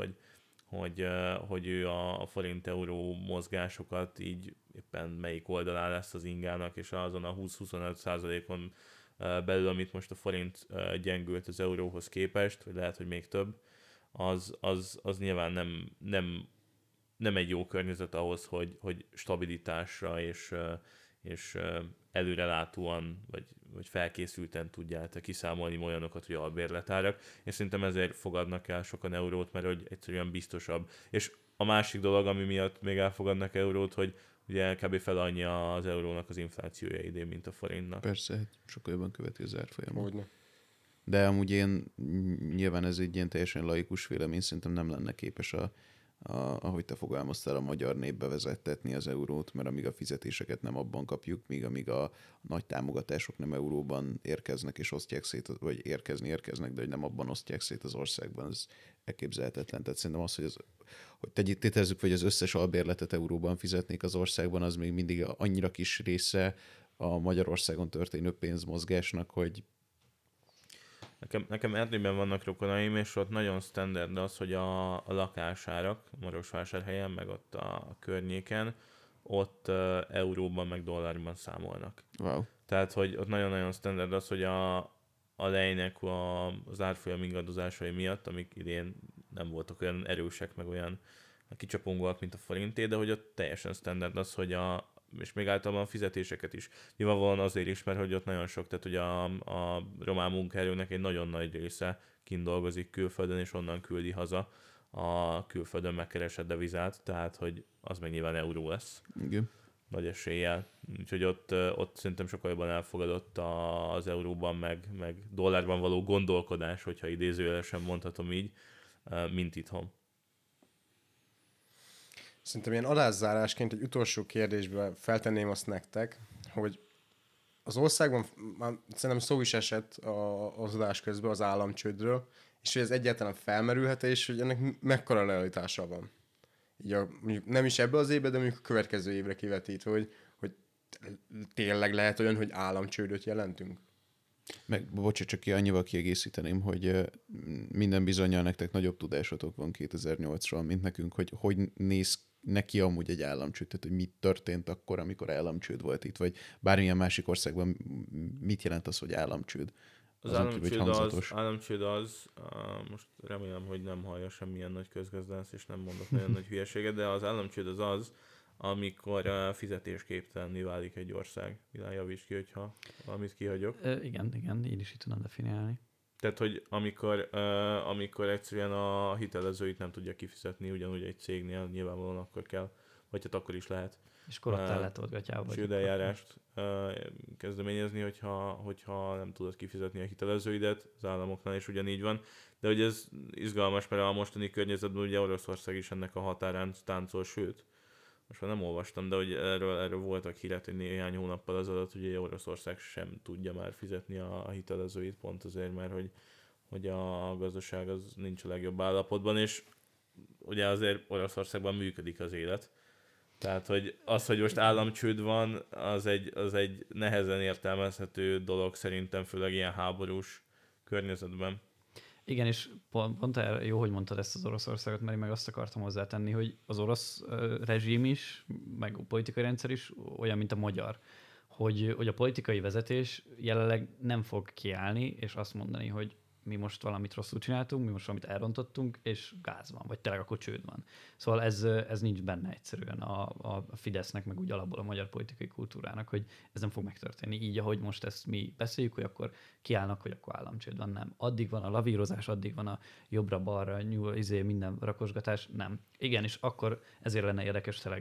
hogy ő a forint-euró mozgásokat így éppen melyik oldalán lesz az ingának, és azon a 20-25%-on belül, amit most a forint gyengült az euróhoz képest, vagy lehet, hogy még több, az nyilván nem egy jó környezet ahhoz, hogy stabilitásra és előrelátóan, vagy felkészülten tudjál te kiszámolni olyanokat, hogy albérletárak, és szerintem ezért fogadnak el sokan eurót, mert hogy egyszerűen biztosabb. És a másik dolog, ami miatt még elfogadnak eurót, hogy ugye kb. Fel annyi az eurónak az inflációja idén, mint a forintnak. Persze, sokkal jobban követi az árfolyamot. De amúgy nyilván ez egy ilyen teljesen laikus vélemény, szerintem nem lenne képes ahogy te fogalmaztál, a magyar népbe vezettetni az eurót, mert amíg a fizetéseket nem abban kapjuk, amíg a nagy támogatások nem euróban érkeznek és osztják szét, vagy érkeznek, de hogy nem abban osztják szét az országban, ez elképzelhetetlen. Tehát szerintem az, hogy tételezzük, hogy az összes albérletet euróban fizetnék az országban, az még mindig annyira kis része a Magyarországon történő pénzmozgásnak, hogy Nekem Erdélyben vannak rokonaim, és ott nagyon standard az, hogy a lakásárak, Marosvásárhelyen, meg ott a környéken, ott euróban, meg dollárban számolnak. Wow. Tehát, hogy ott nagyon-nagyon standard az, hogy a lejnek az árfolyam ingadozásai miatt, amik idén nem voltak olyan erősek, meg olyan kicsapongóak, mint a forinté, de hogy ott teljesen standard az, hogy és még általában a fizetéseket is. Nyilvánvalóan azért is, mert hogy ott nagyon sok, tehát hogy a román munkaerőnek egy nagyon nagy része kint dolgozik külföldön, és onnan küldi haza a külföldön megkeresett devizát, tehát hogy az meg nyilván euró lesz. Igen. Nagy eséllyel. Úgyhogy ott szerintem sokkal jobban elfogadott az euróban, meg dollárban való gondolkodás, hogyha idézőjelesen mondhatom így, mint itthon. Szerintem ilyen alázzárásként egy utolsó kérdésben feltenném azt nektek, hogy az országban már szerintem szó is esett az adás közben az államcsődről, és hogy ez egyáltalán felmerülhet, és hogy ennek mekkora realitása van. Így mondjuk nem is ebbe az évben, de mondjuk a következő évre kivetítve, hogy tényleg lehet olyan, hogy államcsődöt jelentünk. Meg, bocsánat, csak annyival kiegészíteném, hogy minden bizonnyal nektek nagyobb tudásotok van 2008-ról, mint nekünk, hogy néz neki amúgy egy államcsőd, tehát hogy mit történt akkor, amikor államcsőd volt itt, vagy bármilyen másik országban mit jelent az, hogy államcsőd? Az államcsőd az, most remélem, hogy nem hallja semmilyen nagy közgazdász, és nem mondok nagyon nagy hülyeséget, de az államcsőd az, amikor fizetésképtelenné válik egy ország. Milyen javíts ki, hogyha valamit kihagyok. Igen, én is így tudom definiálni. Tehát, hogy amikor egyszerűen a hitelezőit nem tudja kifizetni, ugyanúgy egy cégnél nyilvánvalóan akkor kell, vagy hát akkor is lehet. És korhatállától gatyába. Csődeljárást kezdeményezni, hogyha nem tudod kifizetni a hitelezőidet, az államoknál is ugyanígy van. De hogy ez izgalmas, mert a mostani környezetben ugye Oroszország is ennek a határán táncol, sőt, most már nem olvastam, de hogy erről voltak hírek, hogy néhány hónappal azelőtt, hogy Oroszország sem tudja már fizetni a hitelezőit, pont azért, mert hogy a gazdaság az nincs a legjobb állapotban, és ugye azért Oroszországban működik az élet. Tehát, hogy az, hogy most államcsőd van, az egy nehezen értelmezhető dolog szerintem, főleg ilyen háborús környezetben. Igen, és pont jó, hogy mondtad ezt az Oroszországot, mert én meg azt akartam hozzátenni, hogy az orosz rezsim is, meg a politikai rendszer is olyan, mint a magyar. Hogy a politikai vezetés jelenleg nem fog kiállni, és azt mondani, hogy mi most valamit rosszul csináltunk, mi most valamit elrontottunk, és gáz van, vagy tényleg akkor csőd van. Szóval ez nincs benne egyszerűen a Fidesznek, meg úgy alapból a magyar politikai kultúrának, hogy ez nem fog megtörténni. Így, ahogy most ezt mi beszéljük, hogy akkor kiállnak, hogy akkor államcsőd van, nem. Addig van a lavírozás, addig van a jobbra-balra, minden rakosgatás, nem. Igen, és akkor ezért lenne érdekes tényleg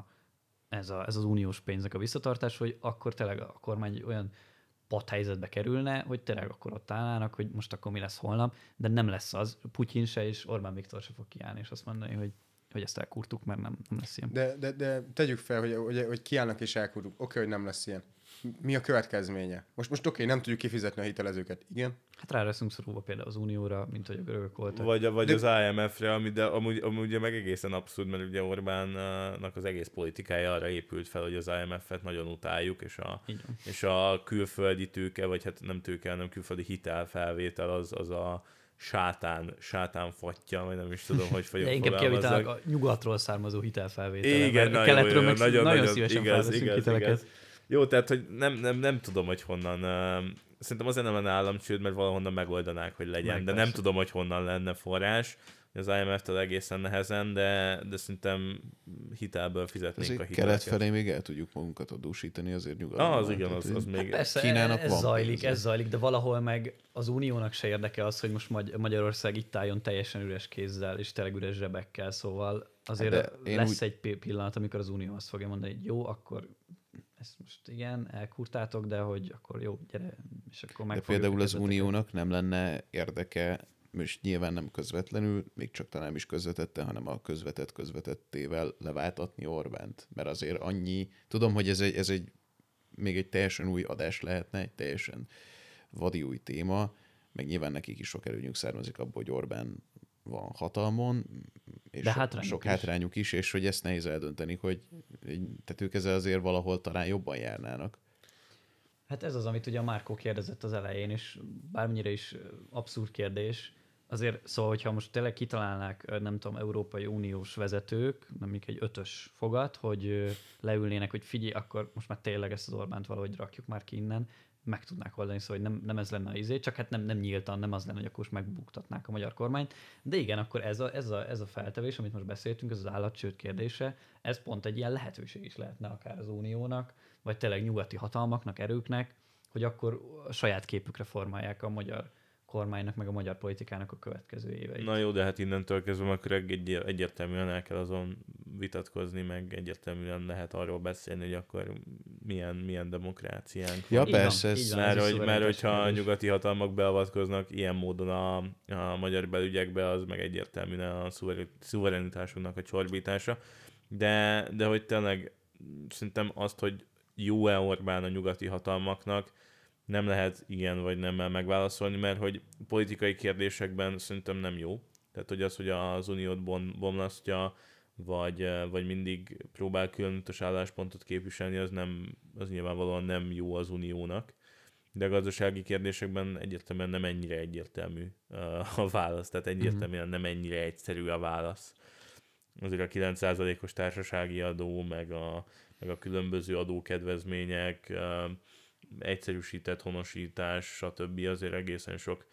ez az uniós pénznek a visszatartás, hogy akkor tényleg a kormány olyan padhelyzetbe kerülne, hogy tényleg akkor ott állnának, hogy most akkor mi lesz holnap, de nem lesz az. Putyin se és Orbán Viktor se fog kiállni, és azt mondani, hogy ezt elkurtuk, mert nem lesz ilyen. De tegyük fel, hogy kiállnak és elkurtuk. Oké, hogy nem lesz ilyen. Mi a következménye? Most oké, nem tudjuk kifizetni a hitelezőket. Igen? Hát rá leszünk szorulva például az Unióra, mint hogy a görögök voltak. Vagy az IMF-re, ami de amúgy meg egészen abszurd, mert ugye Orbánnak az egész politikája arra épült fel, hogy az IMF-et nagyon utáljuk, és a külföldi tőke, vagy hát nem tőke, hanem külföldi hitelfelvétel az a sátán fatja, vagy nem is tudom, hogy fogjuk inkább kiavítanak a nyugatról származó hitelfelvétel. Igen, keletről meg nagyon szívesen felveszünk hiteleket. Igaz. Jó, tehát, hogy nem tudom, hogy honnan. Szerintem azért nem lenne államcsőd, mert valahonnan megoldanák, hogy legyen, de nem tudom, hogy honnan lenne forrás. Az IMF-től egészen nehezen, de szerintem hitelből fizetnénk azért a hiteleket. Kelet felé még el tudjuk magunkat adósítani, azért nyugodtan. Az igen, az még... Persze, Kínának ez zajlik, de valahol meg az Uniónak se érdeke az, hogy most Magyarország itt álljon teljesen üres kézzel, és tényleg üres zsebekkel, szóval azért lesz egy pillanat, amikor az Unió azt fogja mondani, hogy jó, akkor ezt most igen, elkurtátok, de hogy akkor jó, gyere, és akkor meg. De például az Uniónak nem lenne érdeke most nyilván nem közvetlenül, még csak talán nem is közvetette, hanem a közvetettével leváltatni Orbánt. Mert azért annyi, tudom, hogy ez egy még egy teljesen új adás lehetne, egy teljesen vadi új téma, meg nyilván nekik is sok előnyük származik abból, hogy Orbán van hatalmon, és sok hátrányuk is, és hogy ezt nehéz eldönteni, hogy tehát ők ezzel azért valahol talán jobban járnának. Hát ez az, amit ugye a Márkó kérdezett az elején, és bármennyire is abszurd kérdés, azért szóval, hogyha most tényleg kitalálnák, nem tudom, Európai Uniós vezetők, nem mondjuk egy 5-ös fogat, hogy leülnének, hogy figyelj, akkor most már tényleg ezt az Orbánt valahogy rakjuk már ki innen, meg tudnák oldani, szóval hogy nem ez lenne az izé, csak hát nem nyíltan, nem az lenne, hogy akkor most megbuktatnák a magyar kormányt. De igen, akkor ez a feltevés, amit most beszéltünk, ez az állatcsőd kérdése, ez pont egy ilyen lehetőség is lehetne akár az Uniónak, vagy tényleg nyugati hatalmaknak, erőknek, hogy akkor a saját képükre formálják a magyar kormánynak, meg a magyar politikának a következő éveit. Na jó, de hát innentől kezdve akkor egyértelműen el kell azon vitatkozni, meg egyértelműen lehet arról beszélni, hogy akkor milyen demokráciánk. Ja, persze. Mert hogyha a nyugati hatalmak beavatkoznak ilyen módon a magyar belügyekbe, az meg egyértelműen a szuverenitásunknak a csorbítása. De hogy tényleg szerintem azt, hogy jó-e Orbán a nyugati hatalmaknak, nem lehet igen vagy nemmel megválaszolni, mert hogy politikai kérdésekben szerintem nem jó. Tehát, hogy az, hogy az uniót bomlasztja, vagy mindig próbál különös álláspontot képviselni, az nyilvánvalóan nem jó az uniónak. De a gazdasági kérdésekben egyértelműen nem ennyire egyértelmű a válasz, tehát egyértelműen nem ennyire egyszerű a válasz. Azért a 9%-os társasági adó, meg a különböző adókedvezmények, egyszerűsített honosítás, stb. Azért egészen sok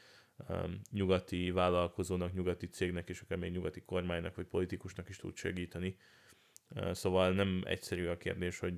nyugati vállalkozónak, nyugati cégnek és akár még nyugati kormánynak vagy politikusnak is tud segíteni. Szóval nem egyszerű a kérdés, hogy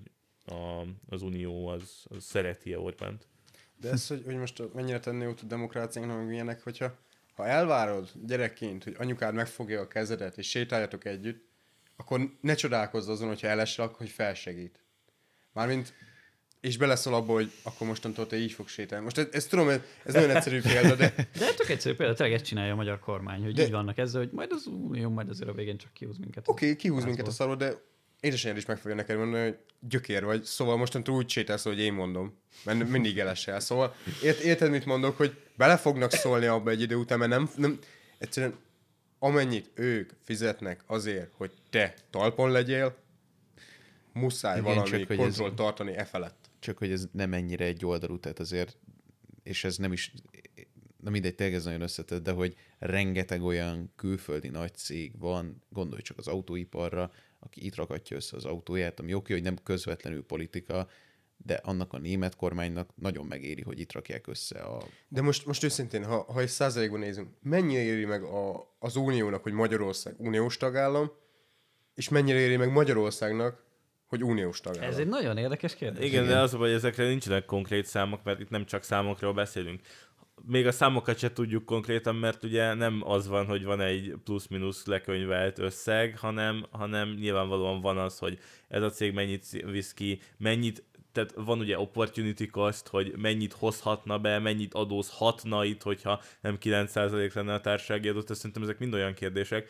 az Unió az szereti-e Orbánt. De ez, hogy most mennyire tenni jót a demokráciánknak, meg milyenek, hogyha elvárod gyerekként, hogy anyukád megfogja a kezedet és sétáljatok együtt, akkor ne csodálkozz azon, hogyha elesel, akkor hogy felsegít. Mármint és beleszól abba, hogy akkor mostantól te így fogsz sétálni. Most ezt tudom, ez nagyon egyszerű példa, de... De tök egyszerű példa, tényleg ezt csinálja a magyar kormány, hogy így vannak ezzel, hogy majd az Unió, majd azért a végén csak kihúz minket. Oké, kihúz minket a szarról, de édesanyád is meg fogja neked mondani, hogy gyökér vagy, szóval mostantól úgy sétálsz, hogy én mondom. Mert mindig elesel. Szóval érted, mit mondok, hogy bele fognak szólni abba egy idő után, mert nem egyszerűen amennyit ők fizetnek azért, hogy te talpon legyél, muszáj valami kontrollt tartani e felett. Csak hogy ez nem ennyire egy oldalú, tehát azért, és ez nem is, na mindegy, tényleg ez nagyon összetett, de hogy rengeteg olyan külföldi nagy cég van, gondolj csak az autóiparra, aki itt rakatja össze az autóját, ami oké, hogy nem közvetlenül politika, de annak a német kormánynak nagyon megéri, hogy itt rakják össze a... De most őszintén, ha egy százalékban nézünk, mennyire éri meg az Uniónak, hogy Magyarország uniós tagállam, és mennyire éri meg Magyarországnak, hogy uniós tagállam? Ez egy nagyon érdekes kérdés. Igen, de az, hogy ezekre nincsenek konkrét számok, mert itt nem csak számokról beszélünk. Még a számokat se tudjuk konkrétan, mert ugye nem az van, hogy van egy plusz-minusz lekönyvelt összeg, hanem nyilvánvalóan van az, hogy ez a cég mennyit visz ki, tehát van ugye opportunity cost, hogy mennyit hozhatna be, mennyit adózhatna itt, hogyha nem 9% lenne a társasági adó. Szerintem ezek mind olyan kérdések,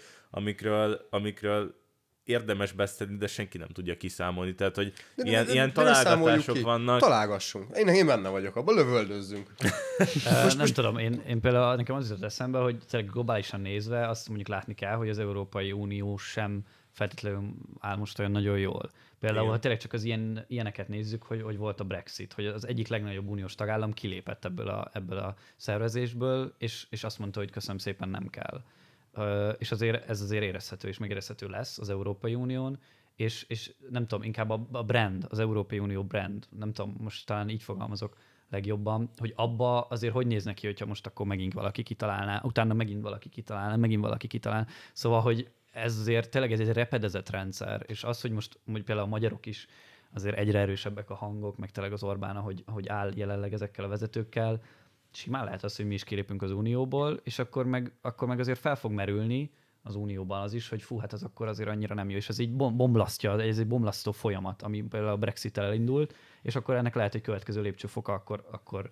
amikről érdemes beszélni, de senki nem tudja kiszámolni. Tehát, hogy ilyen találgatások vannak. Találgassunk. Én benne vagyok, abban lövöldözzünk. Nem tudom, én például nekem az jutott eszembe, hogy tényleg globálisan nézve azt mondjuk látni kell, hogy az Európai Unió sem feltétlenül áll most olyan nagyon jól. Például, ha tényleg csak az ilyeneket nézzük, hogy volt a Brexit, hogy az egyik legnagyobb uniós tagállam kilépett ebből a szervezésből, és azt mondta, hogy köszönöm szépen, nem kell. És ez azért érezhető, és megérezhető lesz az Európai Unión, és nem tudom, inkább a brand, az Európai Unió brand, nem tudom, most talán így fogalmazok legjobban, hogy abba azért hogy néz neki, hogyha most akkor megint valaki kitalálná, utána megint valaki kitalálná, szóval, hogy ez azért tényleg ez egy repedezett rendszer, és az, hogy most például a magyarok is azért egyre erősebbek a hangok, meg tényleg az Orbán, ahogy áll jelenleg ezekkel a vezetőkkel, simán lehet az, hogy mi is kilépünk az Unióból, és akkor meg azért fel fog merülni az Unióban az is, hogy fú, hát az akkor azért annyira nem jó, és ez így bomlasztja, ez egy bomlasztó folyamat, ami például a Brexit-tel elindult, és akkor ennek lehet egy következő lépcsőfoka,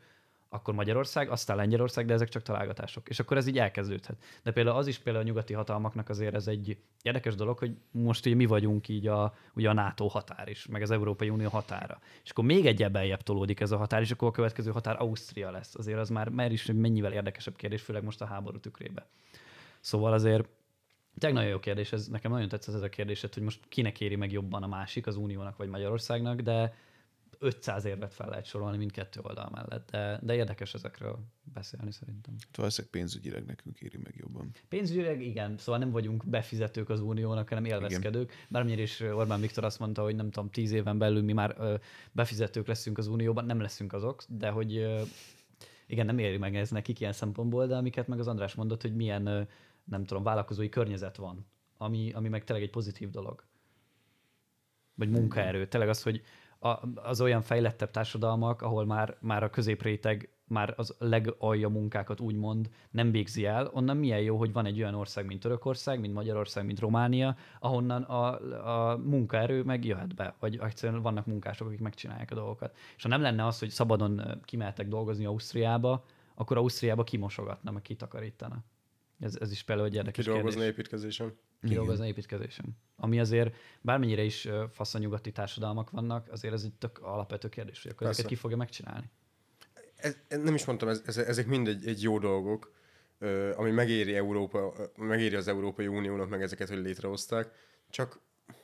akkor Magyarország, aztán Lengyelország, de ezek csak találgatások. És akkor ez így elkezdődhet. De például az is például a nyugati hatalmaknak azért ez egy érdekes dolog, hogy most ugye mi vagyunk így ugye a NATO határ is, meg az Európai Unió határa. És akkor még egy beljebb tolódik ez a határ, és akkor a következő határ Ausztria lesz. Azért az már is mennyivel érdekesebb kérdés, főleg most a háború tükrébe. Szóval azért tényleg nagyon jó kérdés, ez nekem nagyon tetszett ez a kérdés, hogy most kinek éri meg jobban a másik, az Uniónak vagy Magyarországnak, de 500 érvet fel lehet sorolni mindkettő oldal mellett, de érdekes ezekről beszélni szerintem. Valószínűleg pénzügyileg nekünk éri meg jobban. Pénzügyileg igen, szóval nem vagyunk befizetők az Uniónak, hanem élvezkedők. Bármennyire is Orbán Viktor azt mondta, hogy nem tudom, 10 éven belül mi már befizetők leszünk az Unióban, nem leszünk azok, de hogy igen, nem éri meg ez nekik ilyen szempontból, de amiket meg az András mondott, hogy milyen, nem tudom, vállalkozói környezet van, ami meg tényleg egy pozitív dolog. Vagy munkaerő. Tényleg az, hogy az olyan fejlettebb társadalmak, ahol már a középréteg már az legalja munkákat úgymond nem végzi el, onnan milyen jó, hogy van egy olyan ország, mint Törökország, mint Magyarország, mint Románia, ahonnan a munkaerő meg jöhet be, vagy egyszerűen vannak munkások, akik megcsinálják a dolgokat. És ha nem lenne az, hogy szabadon kimehetek dolgozni Ausztriába, akkor Ausztriába kimosogatna, meg kitakarítana. Ez is például egy érdekes kérdés. Kidolgozni építkezésen. Kidolgozni építkezésen. Ami azért bármennyire is faszanyugati társadalmak vannak, azért ez egy tök alapvető kérdés, hogy akkor ezeket ki fogja megcsinálni. Nem is mondtam, ezek mind egy jó dolgok, ami megéri az Európai Uniónak meg ezeket, hogy létrehozták. Csak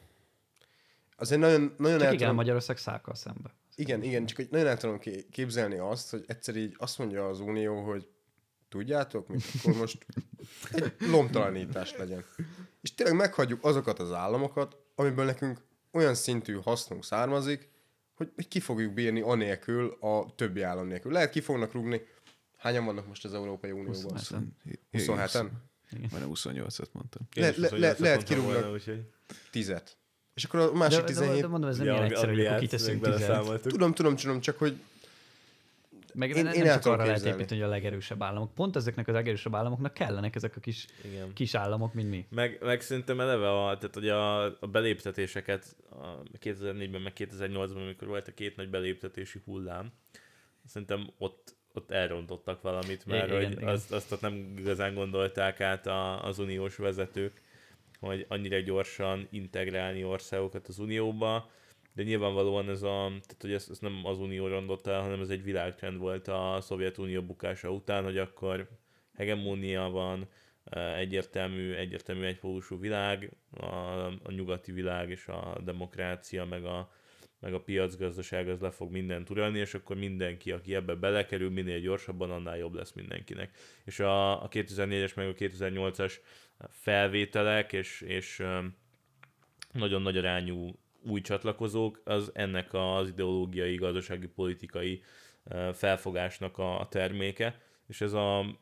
azért nagyon csak igen, Magyarország szákkal szembe. Igen, csak hogy nagyon el tudom képzelni azt, hogy egyszer így azt mondja az Unió, hogy tudjátok, mint akkor most egy lomtalanítás legyen. És tényleg meghagyjuk azokat az államokat, amiből nekünk olyan szintű hasznunk származik, hogy ki fogjuk bírni anélkül a többi állam nélkül. Lehet ki fognak rúgni. Hányan vannak most az Európai Unióban? 27-en? Majdnem 28-at mondtam. Lehet kirúgnak 10-et. És akkor a másik 17... De mondom, ez nem ilyen egyszerű, hogy akkor kiteszünk 10-et. Tudom, csak hogy meg nem csak arra lehet építeni, hogy a legerősebb államok. Pont ezeknek az legerősebb államoknak kellenek ezek a kis államok, mint mi. Meg szerintem eleve tehát ugye a beléptetéseket 2004-ben, meg 2008-ban, amikor volt a két nagy beléptetési hullám, szerintem ott elrontottak valamit, mert igen. Azt nem igazán gondolták át az uniós vezetők, hogy annyira gyorsan integrálni országokat az unióba, de nyilvánvalóan tehát, hogy ez nem az Unió rontott el, hanem ez egy világtrend volt a Szovjetunió bukása után, hogy akkor hegemónia van, egyértelmű egypólusú világ, a nyugati világ és a demokrácia, meg a piacgazdaság az le fog mindent uralni, és akkor mindenki, aki ebbe belekerül, minél gyorsabban, annál jobb lesz mindenkinek. És a 2004-es meg a 2008-as felvételek és nagyon nagy arányú új csatlakozók, az ennek az ideológiai, gazdasági, politikai felfogásnak a terméke, és ez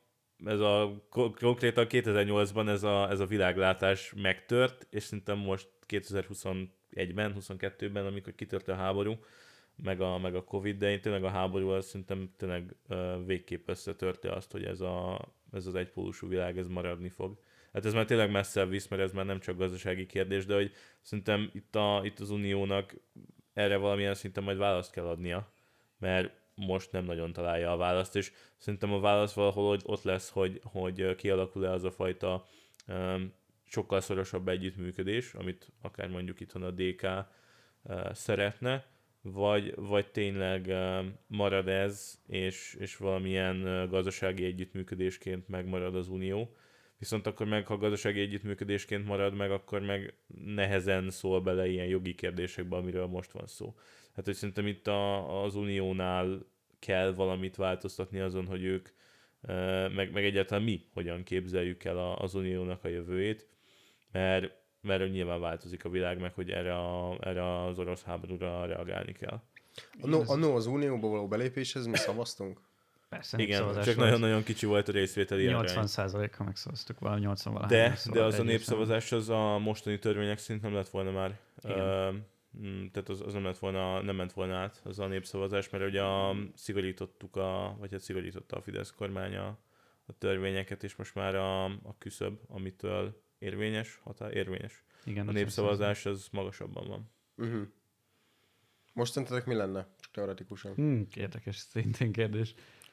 konkrétan 2008-ban ez a világlátás megtört, és szerintem most 2021-ben, 22-ben, amikor kitört a háború, meg a Covid, de tényleg a háború az szerintem tényleg végképp összetörte azt, hogy ez az egypólusú világ, ez maradni fog. Hát ez már tényleg messzebb visz, mert ez már nem csak gazdasági kérdés, de hogy szerintem itt az Uniónak erre valamilyen szinten majd választ kell adnia, mert most nem nagyon találja a választ, és szerintem a válasz valahol ott lesz, hogy kialakul-e az a fajta sokkal szorosabb együttműködés, amit akár mondjuk itthon a DK szeretne, vagy tényleg marad ez, és valamilyen gazdasági együttműködésként megmarad az Unió. Viszont akkor meg, ha gazdasági együttműködésként marad meg, akkor meg nehezen szól bele ilyen jogi kérdésekbe, amiről most van szó. Hát, hogy szerintem itt az Uniónál kell valamit változtatni azon, hogy ők, meg egyáltalán mi hogyan képzeljük el az Uniónak a jövőjét, mert nyilván változik a világ, meg hogy erre az orosz háborúra reagálni kell. Az Unióba való belépéshez mi szavaztunk? Persze, igen, csak nagyon-nagyon kicsi volt a részvételi arány. 80%-kal megszavaztuk, valami 80-valahány. De az a népszavazás az a mostani törvények szerint nem lett volna már. Tehát az nem ment volna át az a népszavazás, mert ugye szigorította a Fidesz kormány a törvényeket, és most már a küszöb, amitől érvényes. Igen, a népszavazás az magasabban van. Most szerintetek mi lenne? Csak teoretikusan. Érdekes, szintén kérdés.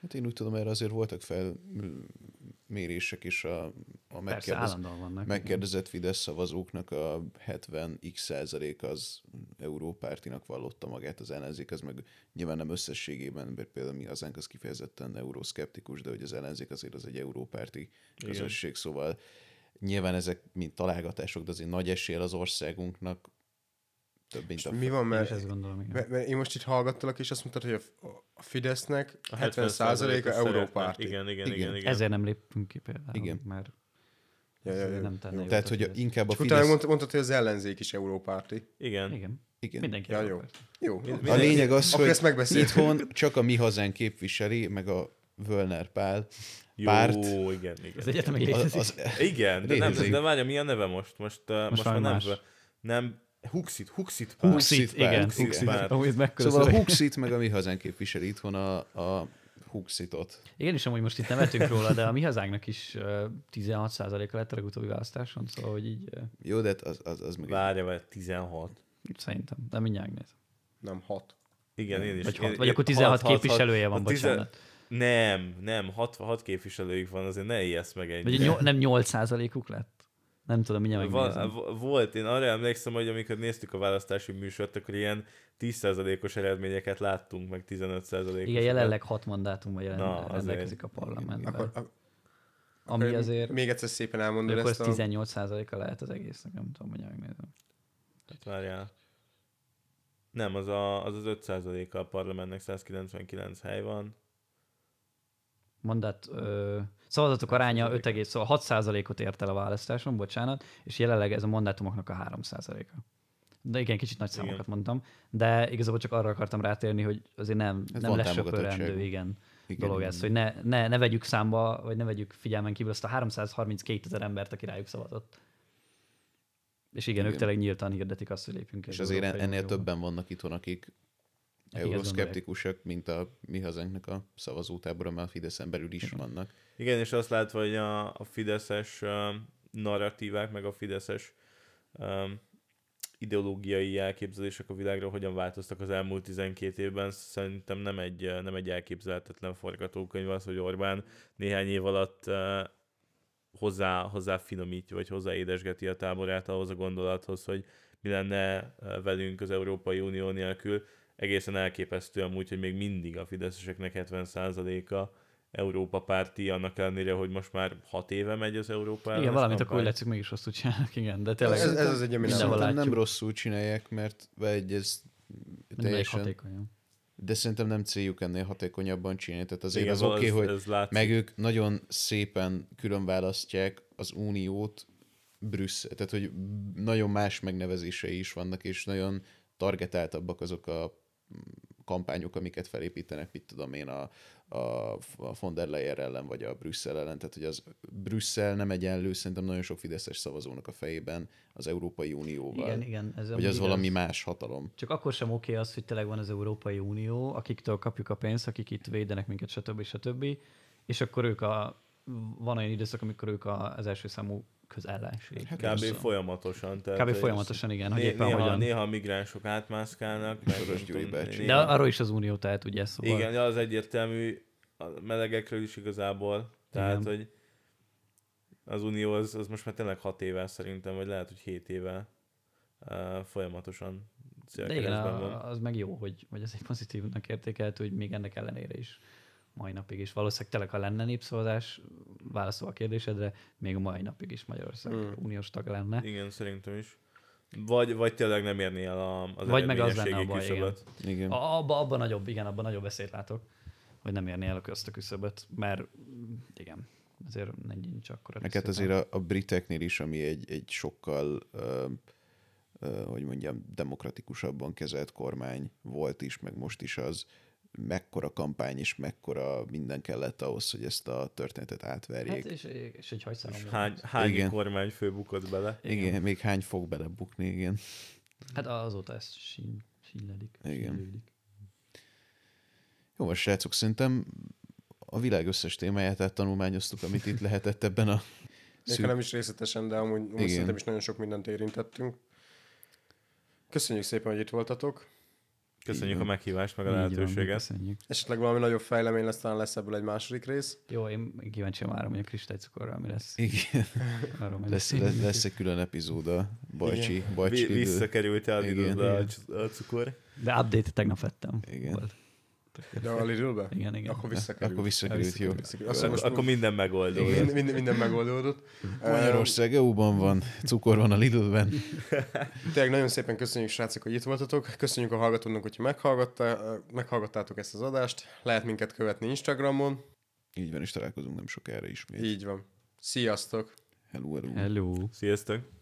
Hát én úgy tudom, erre azért voltak felmérések is a megkérdezett Fidesz szavazóknak a 70x% az európártinak vallotta magát, az ellenzék, az meg nyilván nem összességében, mert például mi hazánk az kifejezetten euroszkeptikus, de hogy az ellenzék azért az egy európárti közösség, szóval nyilván ezek mind találgatások, de azért nagy eséllyel az országunknak több, mint mi van, mert, ezt gondolom, mert én most itt hallgattalak, és azt mondtad, hogy a Fidesznek a 70%-a európárti. Igen. Ezért nem lépünk ki például. Igen. Mert nem tenne. Tehát, hogy inkább a Fidesz... Utána mondtad, hogy az ellenzék is európárti. Igen. Mindenki jó. A lényeg az, hogy itthon csak a Mi Hazánk képviseli, meg a Völner Pál párt. Jó, igen. Az egyetem még létezik. Igen, de várja, mi a neve most? Most már nem Huxit Pál. Huxit, igen. Szóval a Huxit meg a Mi Hazánk képviseli itthon a Huxitot. Igen, és amúgy most itt nevetünk róla, de a Mi Hazánknak is 16%-a lett a legutóbbi választáson, szóval, hogy így... Jó, de az meg... Várja, 16. Szerintem, de mindjárt nézem. Nem, 6. Igen, én is. Vagy akkor 16 képviselője van, bocsánat. Nem, 6 képviselőjük van, azért ne ijessz meg egy. Vagy nem 8%-uk lett? Nem tudom, mindjárt megnézem. Volt, én arra emlékszem, hogy amikor néztük a választási műsort, akkor ilyen 10%-os eredményeket láttunk, meg 15%-os. Igen, jelenleg 6 mandátummal rendelkezik a parlamentben. Ami azért... Még egyszer szépen elmondod ezt a... 18%-a lehet az egésznek, nem tudom, mindjárt megnézem. Hát várjál. Nem, az 5%-a a parlamentnek, 199 hely van. Szavazatok aránya 6%-ot ért el a választáson, bocsánat, és jelenleg ez a mandátumoknak a 3%-a. De igen, kicsit nagy számokat mondtam, de igazából csak arra akartam rátérni, hogy azért nem lesöpörendő dolog ez, hogy ne vegyük számba, vagy ne vegyük figyelmen kívül azt a 332 000 embert, aki rájuk szavazott. És igen, ők tényleg nyíltan hirdetik azt, hogy lépjünk. És azért ennél többen vannak itthon, akik euroszkeptikusak, mint a Mi Hazánknak a szavazótábora, mert a Fideszen belül is vannak. Igen, és azt látva, hogy a fideszes narratívák, meg a fideszes ideológiai elképzelések a világról hogyan változtak az elmúlt 12 évben, szerintem nem egy elképzelhetetlen forgatókönyv az, hogy Orbán néhány év alatt hozzá finomítja, vagy hozzáédesgeti a táborát ahhoz a gondolathoz, hogy mi lenne velünk az Európai Unió nélkül. Egészen elképesztő amúgy, hogy még mindig a fideszeseknek 70%-a Európa párti, annak ellenére, hogy most már 6 éve megy az Európa. Igen, valamint akkor úgy látszik, mégis rosszul csinálnak, igen, de tényleg ez az egy, ami nem rosszul csinálják, mert ez teljesen... De szerintem nem céljuk ennél hatékonyabban csinálni. Tehát azért igen, az oké, hogy meg ők nagyon szépen különválasztják az Uniót Brüsszel. Tehát, hogy nagyon más megnevezései is vannak, és nagyon targetáltabbak azok a kampányok, amiket felépítenek, mit tudom én, a von der Leyen ellen, vagy a Brüsszel ellen. Tehát, hogy az Brüsszel nem egyenlő, szerintem nagyon sok fideszes szavazónak a fejében az Európai Unióval. Igen. Vagy az valami más hatalom. Csak akkor sem oké az, hogy tényleg van az Európai Unió, akiktől kapjuk a pénzt, akik itt védenek minket, stb. És akkor van olyan időszak, amikor ők az első számú közellenség. Hát kb. Folyamatosan. Kb. Folyamatosan, igen. Néha a migránsok átmászkálnak. De arról is az Unió, tehát ugye szóval... Igen, az egyértelmű a melegekről is igazából. Tehát, igen. Hogy az Unió az most már tényleg 6 éve szerintem, vagy lehet, hogy 7 éve folyamatosan szélkeresztben van. Az meg jó, hogy ez egy pozitívnak értékelhető, hogy még ennek ellenére is mai napig is. Valószínűleg tényleg, ha lenne népszavazás, válaszol a kérdésedre, még a mai napig is Magyarország uniós tag lenne. Igen, szerintem is. Vagy tényleg nem érné el az vagy meg az lenne a baj, igen. Abban nagyobb veszélyt látok, hogy nem érné el a küszöböt, mert igen, azért nincs akkora. Neked azért a briteknél is, ami egy sokkal hogy mondjam, demokratikusabban kezelt kormány volt is, meg most is az, mekkora kampány és mekkora minden kellett ahhoz, hogy ezt a történetet átverjék. Hát és egy hajszálom. Hány kormányfő bukott bele? Igen, még hány fog belebukni, igen. Hát azóta ezt sínledik. Igen. Jó, most srácok, szerintem a világ összes témáját áttanulmányoztuk, amit itt lehetett ebben a... Nem is részletesen, de amúgy szerintem is nagyon sok mindent érintettünk. Köszönjük szépen, hogy itt voltatok. Köszönjük a meghívást, meg a lehetőséget. Köszönjük. Esetleg valami nagyobb fejlemény lesz, talán lesz ebből egy második rész. Jó, én kíváncsi várom, hogy a kristálycukorral mi lesz. Igen. lesz egy külön epizód a Bajcsi visszakerült el a cukor. De update tegnap vettem. Igen. Volt. De a Lidl-be? Igen. Akkor visszakerült. Jó. Akkor minden megoldódott. Minden megoldódott. Magyarország EU-ban van, cukor van a Lidl-ben. Tényleg nagyon szépen köszönjük, srácok, hogy itt voltatok. Köszönjük a hallgatónak, hogyha meghallgattátok ezt az adást. Lehet minket követni Instagramon. Így van, és találkozunk nem sokára ismét. Így van. Sziasztok! Hello. Hello. Sziasztok!